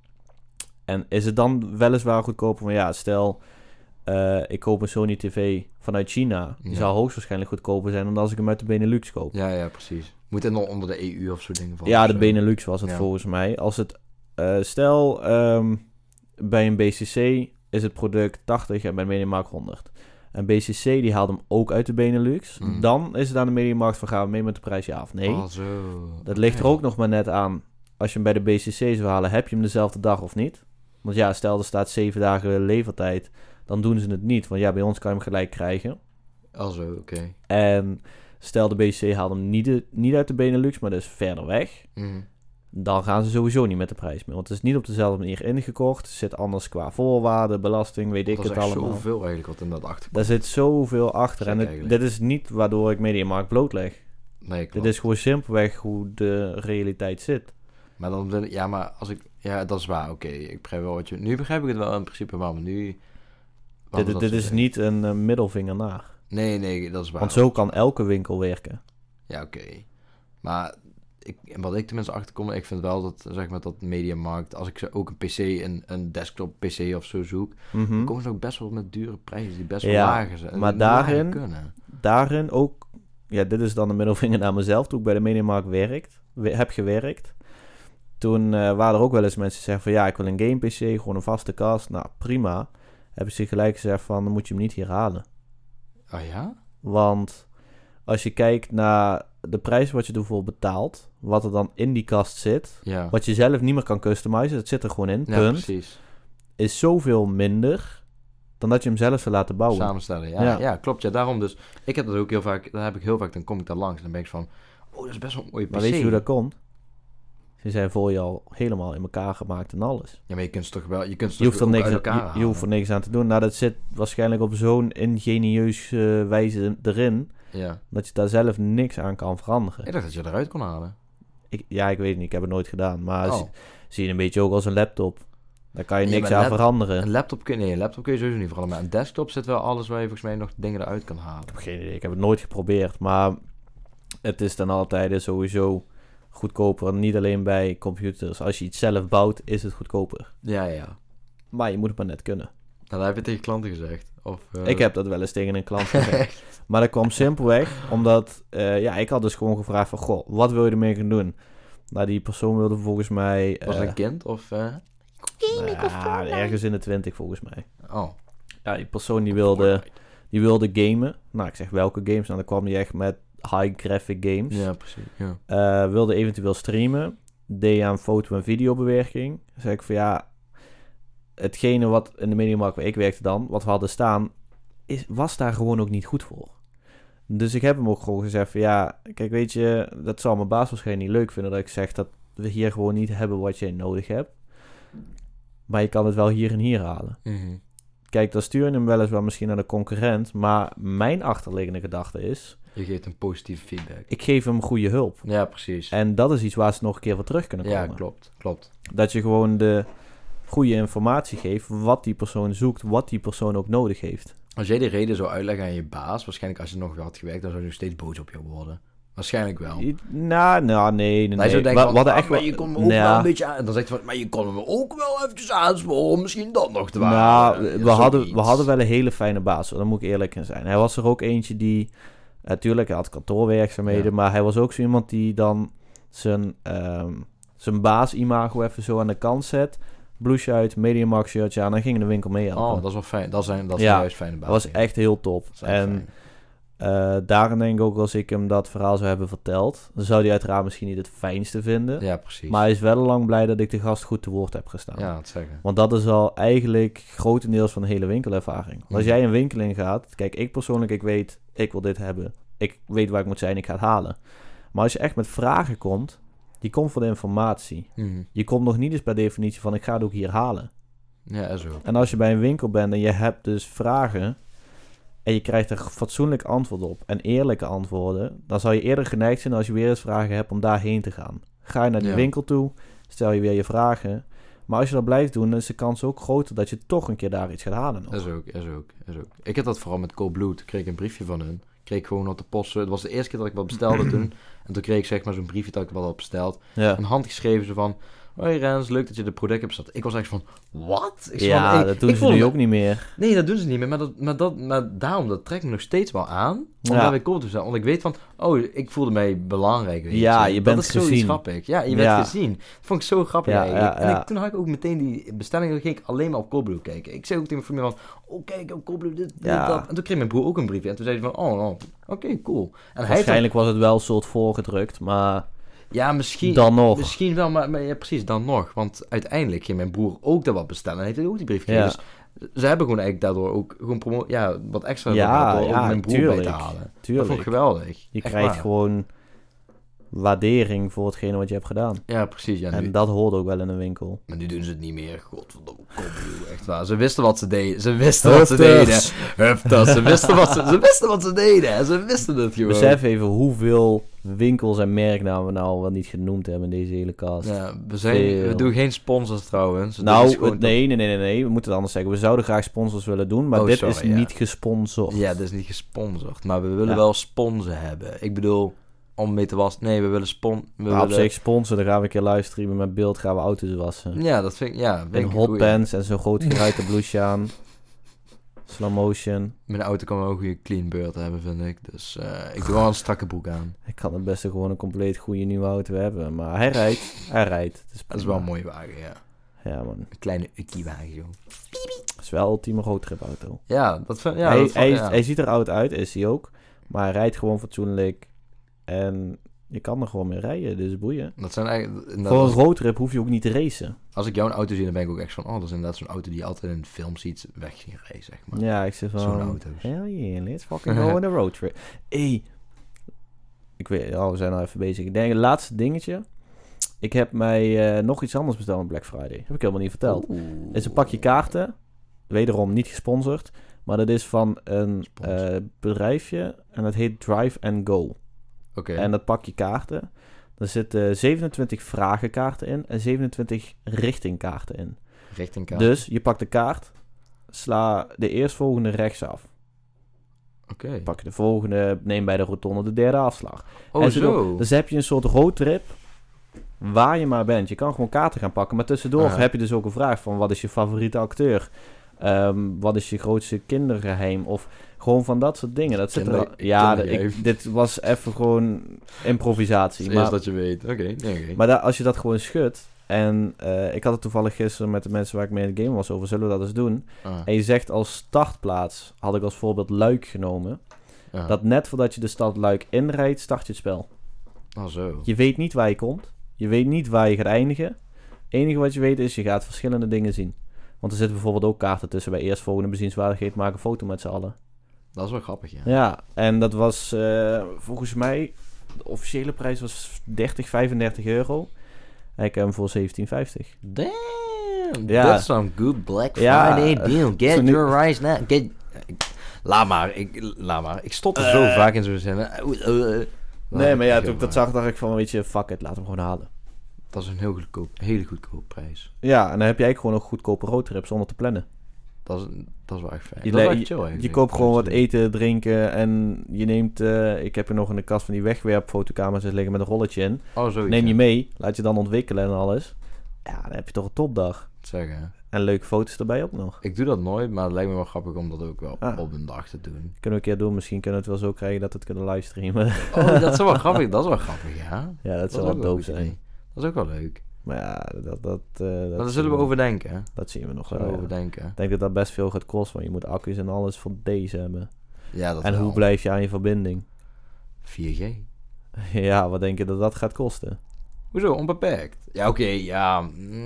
En is het dan weliswaar goedkoper? Maar ja, stel... Uh, ik koop een Sony T V vanuit China. Die Ja. zou hoogstwaarschijnlijk goedkoper zijn... dan als ik hem uit de Benelux koop. ja, ja, precies. Moet het nog onder de E U of zo dingen van? Ja, of de zo? Benelux was het Ja. volgens mij. Als het... Uh, stel, um, bij een B C C is het product tachtig en bij de Mediamarkt honderd. En B C C die haalt hem ook uit de Benelux. Mm. Dan is het aan de Mediamarkt van... gaan we mee met de prijs ja of nee? Oh, zo. Dat ligt er Oké. ook nog maar net aan. Als je hem bij de B C C zou halen, heb je hem dezelfde dag of niet? Want ja, stel er staat zeven dagen levertijd, dan doen ze het niet. Want ja, bij ons kan je hem gelijk krijgen. Also, oké. Okay. En stel de B C haalt hem niet, de, niet uit de Benelux, maar dus verder weg. Mm. Dan gaan ze sowieso niet met de prijs mee. Want het is niet op dezelfde manier ingekocht. Het zit anders qua voorwaarden, belasting, weet ik het allemaal. Dat is zoveel eigenlijk wat in dat achterkomt. Daar zit zoveel achter. Gek en het, dit is niet waardoor ik Mediamarkt blootleg. Nee, klopt. Dit is gewoon simpelweg hoe de realiteit zit. Maar dan wil ik, ja, maar als ik, ja, dat is waar, oké. Okay, ik begrijp wel wat je, nu begrijp ik het wel in principe, maar nu... Dit, dit is niet een uh, middelvinger naar. Nee, nee, dat is waar. Want zo kan elke winkel werken. Ja, oké. Okay. Maar ik, wat ik tenminste achterkom, ik vind wel dat, zeg maar, dat Mediamarkt, als ik ze ook een P C, een, een desktop P C of zo zoek, Mm-hmm. dan komen ze ook best wel met dure prijzen die best wel ja, lager zijn. Maar daarin, kunnen. daarin ook, ja, dit is dan de middelvinger naar mezelf, toen ik bij de Mediamarkt werkt, heb gewerkt. Toen uh, waren er ook wel eens mensen die zeggen van ja, ik wil een game P C, gewoon een vaste kast. Nou, prima. Hebben ze gelijk gezegd van, dan moet je hem niet hier halen. Oh ja? Want als je kijkt naar de prijs wat je ervoor betaalt, wat er dan in die kast zit, Ja. wat je zelf niet meer kan customizen, dat zit er gewoon in, Ja, punt, precies. is zoveel minder dan dat je hem zelf zou laten bouwen. Samenstellen, ja. Ja. ja. klopt. Ja, daarom dus. Ik heb dat ook heel vaak, dat heb ik heel vaak, dan kom ik daar langs en dan ben ik van, oh, dat is best wel een mooie P C. Maar weet je hoe dat komt? Ze zijn voor je al helemaal in elkaar gemaakt en alles. Ja, maar je kunt ze toch wel, je kunt ze Je toch hoeft, er ook niks, uit aan- elkaar je, je halen. hoeft er niks aan te doen. Nou, dat zit waarschijnlijk op zo'n ingenieuze wijze erin, Ja. dat je daar zelf niks aan kan veranderen. Ik dacht dat je eruit kon halen. Ik, ja, ik weet het niet. Ik heb het nooit gedaan. Maar Oh. zie, zie je een beetje ook als een laptop. Daar kan je Nee, niks maar aan lap- veranderen. Een laptop kun je, nee, een laptop kun je sowieso niet veranderen. Maar een desktop zit wel alles waar je volgens mij nog dingen eruit kan halen. Ik heb geen idee. Ik heb het nooit geprobeerd. Maar het is dan altijd sowieso goedkoper. Niet alleen bij computers. Als je iets zelf bouwt, is het goedkoper. Ja, ja. Maar je moet het maar net kunnen. Nou, dat heb je tegen klanten gezegd. Of, uh... Ik heb dat wel eens tegen een klant gezegd. Maar dat kwam simpelweg omdat... Uh, ja, ik had dus gewoon gevraagd van... Goh, wat wil je ermee gaan doen? Nou, die persoon wilde volgens mij... Uh, Was het een kind of... Uh... ja, ergens in de twintig volgens mij. Oh. Ja, die persoon die wilde, die wilde gamen. Nou, ik zeg welke games? Nou, dan kwam hij echt met high graphic games. Ja, precies. Ja. Uh, wilde eventueel streamen. Deed aan foto- en videobewerking. Dan zei ik van ja... Hetgene wat in de Mediamarkt waar ik werkte dan... Wat we hadden staan... Is, was daar gewoon ook niet goed voor. Dus ik heb hem ook gewoon gezegd van ja... Kijk, weet je... Dat zal mijn baas waarschijnlijk niet leuk vinden... Dat ik zeg dat we hier gewoon niet hebben wat jij nodig hebt. Maar je kan het wel hier en hier halen. Mm-hmm. Kijk, dan stuur je hem weliswaar misschien naar de concurrent. Maar mijn achterliggende gedachte is... Je geeft een positieve feedback. Ik geef hem goede hulp. Ja, precies. En dat is iets waar ze nog een keer voor terug kunnen komen. Ja, klopt. Klopt. Dat je gewoon de goede informatie geeft. Wat die persoon zoekt. Wat die persoon ook nodig heeft. Als jij die reden zou uitleggen aan je baas... Waarschijnlijk als je nog had gewerkt... Dan zou hij nog steeds boos op jou worden. Waarschijnlijk wel. Nou, nou, nee, nee. Hij zou nee. denken Wa- van, we hadden ah, echt maar wel- je kon me ook Nou, wel een beetje aan... En dan zegt hij van, maar je kon me ook wel eventjes aansporen, misschien dat nog te Nou, waren. we hadden, we hadden wel een hele fijne baas, daar moet ik eerlijk in zijn. Hij was er ook eentje die, natuurlijk, hij had kantoorwerkzaamheden, Ja. maar hij was ook zo iemand die dan zijn, ehm, zijn baas-imago even zo aan de kant zet, blouseje uit, Mediamarkt shirtje aan, en ging in de winkel mee helpen. Oh, dat is wel fijn. Dat zijn, dat Ja, zijn juist fijne dat baas. was echt heel top. Dat is echt En fijn. uh, daarin denk ik ook, als ik hem dat verhaal zou hebben verteld, dan zou hij uiteraard misschien niet het fijnste vinden. Ja, precies. Maar hij is wel lang blij dat ik de gast goed te woord heb gestaan. Ja, dat zeggen. Want dat is al eigenlijk grotendeels van de hele winkelervaring. Want als Mhm. jij een winkel in gaat... Kijk, ik persoonlijk, ik weet, ik wil dit hebben. Ik weet waar ik moet zijn, ik ga het halen. Maar als je echt met vragen komt... Je komt voor de informatie. Mhm. Je komt nog niet eens per definitie van... Ik ga het ook hier halen. Ja, is ook. En als je bij een winkel bent en je hebt dus vragen... En je krijgt er fatsoenlijk antwoord op... En eerlijke antwoorden... Dan zou je eerder geneigd zijn als je weer eens vragen hebt... Om daarheen te gaan. Ga je naar die Ja. winkel toe... Stel je weer je vragen... Maar als je dat blijft doen, dan is de kans ook groter dat je toch een keer daar iets gaat halen nog. Is ook, is ook, is ook. Ik heb dat vooral met Coolblue. Toen kreeg ik een briefje van hun. Kreeg ik gewoon op de post. Het was de eerste keer dat ik wat bestelde toen. En toen kreeg ik zeg maar zo'n briefje dat ik wat had besteld. Ja, Een handgeschreven zo van... Hoi Rens, leuk dat je de product hebt besteld. Ik was echt van... Wat? Ik ja van, ik- dat doen ik ze voelde nu me- ook niet meer. Nee, dat doen ze niet meer. Maar, dat, maar, dat, maar daarom, dat trekt me nog steeds wel aan. Om Ja. daar bij Coolblue te zijn. Want ik weet van... Oh, ik voelde mij belangrijk. Weet Ja, je je dat bent is zoiets gezien. grappig. Ja, je bent Ja. gezien. Dat vond ik zo grappig Ja, eigenlijk. ja, En ja. ik, toen had ik ook meteen die bestelling. Dan ging ik alleen maar op Coolblue kijken. Ik zei ook tegen mijn vrienden van... Oh, kijk op Coolblue, dit, dit, Ja. dat. En toen kreeg mijn broer ook een briefje. En toen zei hij van... Oh, oh oké, cool. En hij heeft dan- Waarschijnlijk was het wel een soort voorgedrukt, maar Ja, misschien, Dan nog. misschien wel, maar, maar ja, precies, dan nog. Want uiteindelijk ging mijn broer ook daar wat bestellen en heeft hij ook die brief gekregen. Ja. Dus ze hebben gewoon eigenlijk daardoor ook gewoon promo- ja, wat extra Ja, door ja, ook mijn broer tuurlijk. bij te halen. Tuurlijk. Dat vond ik geweldig. Je Echt krijgt waar. gewoon waardering voor hetgene wat je hebt gedaan. Ja, precies. Ja, nu, En dat hoort ook wel in een winkel. Maar nu doen ze het niet meer. Godverdomme, kom joh, echt waar. Ze wisten wat ze deden. Ze wisten wat ze deden. Hufters. Hufters. Ze wisten wat ze, ze wisten wat ze deden. En ze wisten het gewoon. Besef even hoeveel winkels en merknamen we nou wel niet genoemd hebben in deze hele cast. Ja, we, zijn, Veel. we doen geen sponsors trouwens. Dit nou, is gewoon het- nee, nee, nee, nee, nee. We moeten het anders zeggen. We zouden graag sponsors willen doen, maar Oh, dit sorry, is ja. niet gesponsord. Ja, dat is niet gesponsord. Maar we willen Ja. wel sponsen hebben. Ik bedoel, om mee te wassen. Nee, we willen spon... We Maar op willen... zich sponsor, dan gaan we een keer livestreamen met beeld, gaan we auto's wassen. Ja, dat vind ik... Ja, vind En ik een goeie. hotpants en zo'n groot geruite blouseje aan. Slow motion. Mijn auto kan wel een goede clean beurt hebben, vind ik. Dus eh, ik doe wel een strakke broek aan. Ik kan het beste gewoon een compleet goede nieuwe auto hebben. Maar hij rijdt. Hij rijdt. Het is, Dat is wel een mooie wagen, ja. Ja, man. Een kleine ukkie-wagen, joh. Het is wel een ultieme roadtrip auto. Ja, dat vind ja, hij, dat vond- hij, ja. hij ziet er oud uit, is hij ook. Maar hij rijdt gewoon fatsoenlijk. En je kan er gewoon mee rijden, dus boeien. Dat zijn eigenlijk... inderdaad, Voor een als, roadtrip hoef je ook niet te racen. als ik jouw auto zie, dan ben ik ook echt van... Oh, dat is inderdaad zo'n auto die je altijd in films ziet weg zien rijden, zeg maar. Ja, ik zeg van... Zo'n auto's. Hell yeah, let's fucking go on a roadtrip. Hey. Ik weet, oh, we zijn al even bezig. Ik denk, het laatste dingetje. Ik heb mij eh, nog iets anders besteld op Black Friday. Heb ik helemaal niet verteld. Oeh. Het is een pakje kaarten. Wederom niet gesponsord. Maar dat is van een Sponsor. eh, bedrijfje. En dat heet Drive and Go. Oké. En dat pakje kaarten. Daar zitten zevenentwintig vragenkaarten in. En zevenentwintig richtingkaarten in. Richting kaart. Dus je pakt de kaart. Sla de eerstvolgende rechtsaf. Oké. Pak je de volgende. Neem bij de rotonde de derde afslag. Oh, en zo. Dus heb je een soort roadtrip. Waar je maar bent. Je kan gewoon kaarten gaan pakken. Maar tussendoor Aha. heb je dus ook een vraag van... Wat is je favoriete acteur? Ehm, wat is je grootste kindergeheim? Of gewoon van dat soort dingen. Dat zit er al- Kinder- ja, kindergeheim. ik, dit was even gewoon improvisatie. Het Maar, eerst dat je weet. Oké, nee, oké. maar daar- als je dat gewoon schudt... En eh, ik had het toevallig gisteren met de mensen waar ik mee in het game was over... Zullen we dat eens doen? Ah, En je zegt als startplaats... Had ik als voorbeeld Luik genomen. ah. Dat net voordat je de stad Luik inrijdt... Start je het spel. Oh, zo. Je weet niet waar je komt. Je weet niet waar je gaat eindigen. Het enige wat je weet is, je gaat verschillende dingen zien. Want er zitten bijvoorbeeld ook kaarten tussen. Bij eerstvolgende bezienswaardigheid maken een foto met z'n allen. Dat is wel grappig, ja. Ja, en dat was eh, volgens mij... De officiële prijs was dertig, vijfendertig euro. En ik heb hem voor zeventien vijftig. Damn, Ja. that's some good Black Ja, Friday deal. Get toen nu- your rice now. Get... Laat maar, ik, laat maar. Ik stotter zo Eh. vaak in zo'n zin. Eh, eh, eh. Nee, maar ja, Laat toen ik ik dat maar. zag, dacht ik van, weet je, fuck it, laat hem gewoon halen. Dat is een heel goedkoop, hele goedkoop prijs. Ja, en dan heb jij gewoon een goedkope roadtrip zonder te plannen. Dat is, dat is wel echt fijn. Je, Dat is wel le- echt chill je, eigenlijk. je koopt gewoon wat eten, drinken en je neemt... eh, ik heb er nog in de kast van die wegwerpfotokamers liggen met een rolletje in. Oh, zoiets. Neem je ja. mee, laat je dan ontwikkelen en alles. Ja, dan heb je toch een topdag. Zeggen. En leuke foto's erbij ook nog. Ik doe dat nooit, maar het lijkt me wel grappig om dat ook wel Ah. op een dag te doen. Kunnen we een keer doen, misschien kunnen we het wel zo krijgen dat we het kunnen livestreamen. Oh, dat is wel grappig. Dat is wel grappig, ja. Ja, dat Dat zou is wel ook wel dope een goed zijn. idee. Dat is ook wel leuk. Maar ja, dat, dat, eh, dat, Maar daar zien zullen we overdenken. hè? Dat zien we nog Zullen wel. we ja. overdenken. Ik denk dat dat best veel gaat kosten, want je moet accu's en alles voor deze hebben. Ja, dat En wel. hoe blijf je aan je verbinding? vier G. Ja, wat denk je dat dat gaat kosten? Hoezo? Onbeperkt? Ja, oké, ja.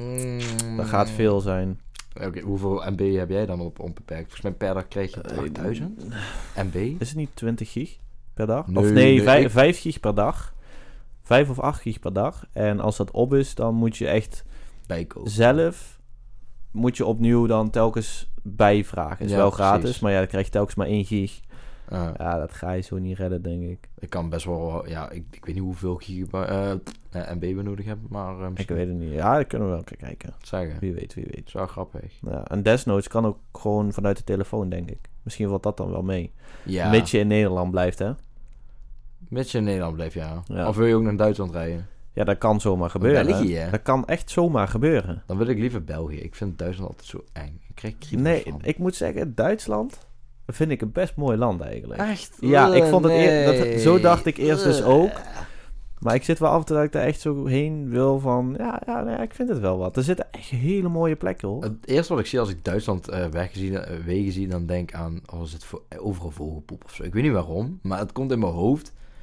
Mm, Dat gaat veel zijn. Oké, hoeveel M B heb jij dan op onbeperkt? Volgens mij per dag krijg je Eh, achtduizend M B. Is het niet twintig gig per dag? Nee, of nee, nee, vijf, ik- vijf gig per dag. vijf of acht gig per dag. En als dat op is, dan moet je echt Bijkopen. zelf... Moet je opnieuw dan telkens bijvragen. Is Ja, wel precies. gratis, maar ja, dan krijg je telkens maar één gig. Ah, Ja, dat ga je zo niet redden, denk ik. ik kan best wel, ja, ik, ik weet niet hoeveel gigabyte, eh, eh, M B we nodig hebben, maar uh, Ik weet het niet. Ja, dat kunnen we wel een keer kijken. zeggen. Wie weet, wie weet. Dat is wel grappig. Ja, en Desnotes kan ook gewoon vanuit de telefoon, denk ik. Misschien valt dat dan wel mee. Ja, Mits je in Nederland blijft, hè? mits je in Nederland blijft, ja. Ja. Of wil je ook naar Duitsland rijden? Ja, dat kan zomaar gebeuren. België, hè? hè? Dat kan echt zomaar gebeuren. Dan wil ik liever België. Ik vind Duitsland altijd zo eng. Ik krijg kriebels Nee, van. ik moet zeggen, Duitsland vind ik een best mooi land eigenlijk. Echt? Ja, ik Eh, vond het eer- dat- nee. zo dacht ik eerst dus Eh. ook. Maar ik zit wel af en toe dat ik daar echt zo heen wil van... Ja, ja, nee, ik vind het wel wat. Er zitten echt hele mooie plekken, hoor. Het eerste wat ik zie als ik Duitsland eh wegen, zie, eh, wegen zie, dan denk ik aan... Oh, is het vo- overal vogelpoep of zo. Ik weet niet waarom, maar het komt in mijn hoofd.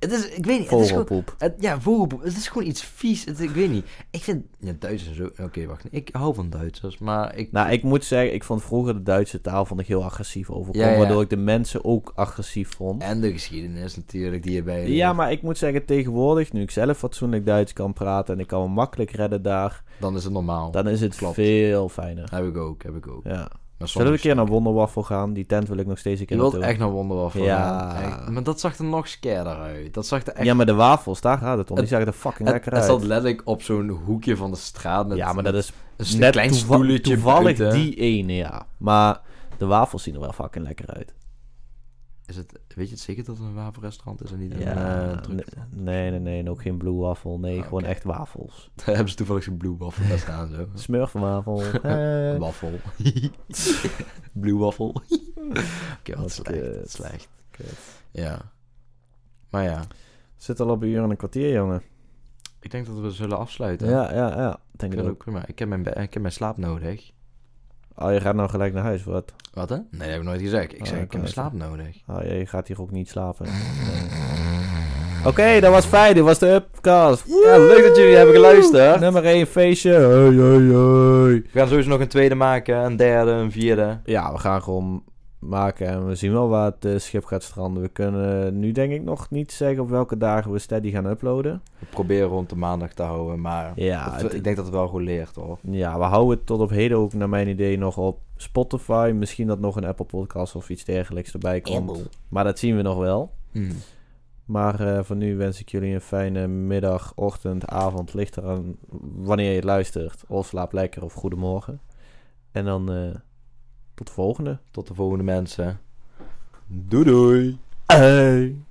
Het is, ik weet niet, het is gewoon... Vogelpoep. Het, ja, vogelpoep. Het is gewoon iets vies. Het, ik weet niet. Ik vind... Ja, Duitsers zo... Oké, okay, wacht. Ik hou van Duitsers, maar ik... Nou, ik moet zeggen, ik vond vroeger de Duitse taal vond ik heel agressief overkomen. Ja, ja. Waardoor ik de mensen ook agressief vond. En de geschiedenis natuurlijk, die erbij... Ja, maar ik moet zeggen, tegenwoordig, nu ik zelf fatsoenlijk Duits kan praten en ik kan me makkelijk redden daar, Dan is het normaal. dan is het Klopt. veel fijner. Heb ik ook, heb ik ook. Ja. Maar Zullen we een keer naar soms- Wonderwaffel gaan? Die tent wil ik nog steeds een keer Je wilt naartoe. echt naar Wonderwaffel Ja. gaan. Echt. Maar dat zag er nog scaarder uit. Dat zag er echt... Ja, maar de wafels, daar gaat het om. Die Het- zagen er fucking het, lekker het uit. zat letterlijk op zo'n hoekje van de straat. Met, Ja, maar dat is met een net klein toeva- stoeletje toevallig buiten. die ene, ja. Maar de wafels zien er wel fucking lekker uit. Is het, weet je het zeker dat het een wafelrestaurant is en niet een Ja, eh, druk? nee, nee, nee. En ook geen blue waffel. Nee, Ah, gewoon oké. echt wafels. Daar hebben ze toevallig zo'n blue waffle daar staan zo. Smurfenwafel. Eh. Waffel. Blue waffle. Oké, wat Wat slecht. kut. Wat slecht. Kut. Ja. Maar ja, Zit al op een uur en een kwartier, jongen. ik denk dat we zullen afsluiten. Ja, ja, ja. ik Denk vind ik het ook. ook prima. Ik heb mijn, be- ik heb mijn slaap nodig. Oh, je gaat nou gelijk naar huis, wat? Wat hè? Nee, dat heb ik nooit gezegd. Ik Oh, zeg, ik oké, heb mijn oké. slaap nodig. Oh, je gaat hier ook niet slapen. Nee. Oké, dat was fijn. Dit was de Upcast. Ja, leuk dat jullie hebben geluisterd. Nummer één feestje. Hoi, hoi, hoi. We gaan sowieso nog een tweede maken, een derde, een vierde. Ja, we gaan gewoon maken en we zien wel waar het eh, schip gaat stranden. We kunnen nu denk ik nog niet zeggen op welke dagen we steady gaan uploaden. We proberen rond de maandag te houden, maar Ja, het- het- ik denk dat het wel goed leert hoor. Ja, we houden het tot op heden ook naar mijn idee nog op Spotify. Misschien dat nog een Apple Podcast of iets dergelijks erbij komt. Apple. Maar dat zien we nog wel. Hmm. Maar eh, voor nu wens ik jullie een fijne middag, ochtend, avond. Ligt eraan wanneer je het luistert. Of slaap lekker of goedemorgen. En dan eh, tot de volgende. Tot de volgende mensen. Doei doei. Hey.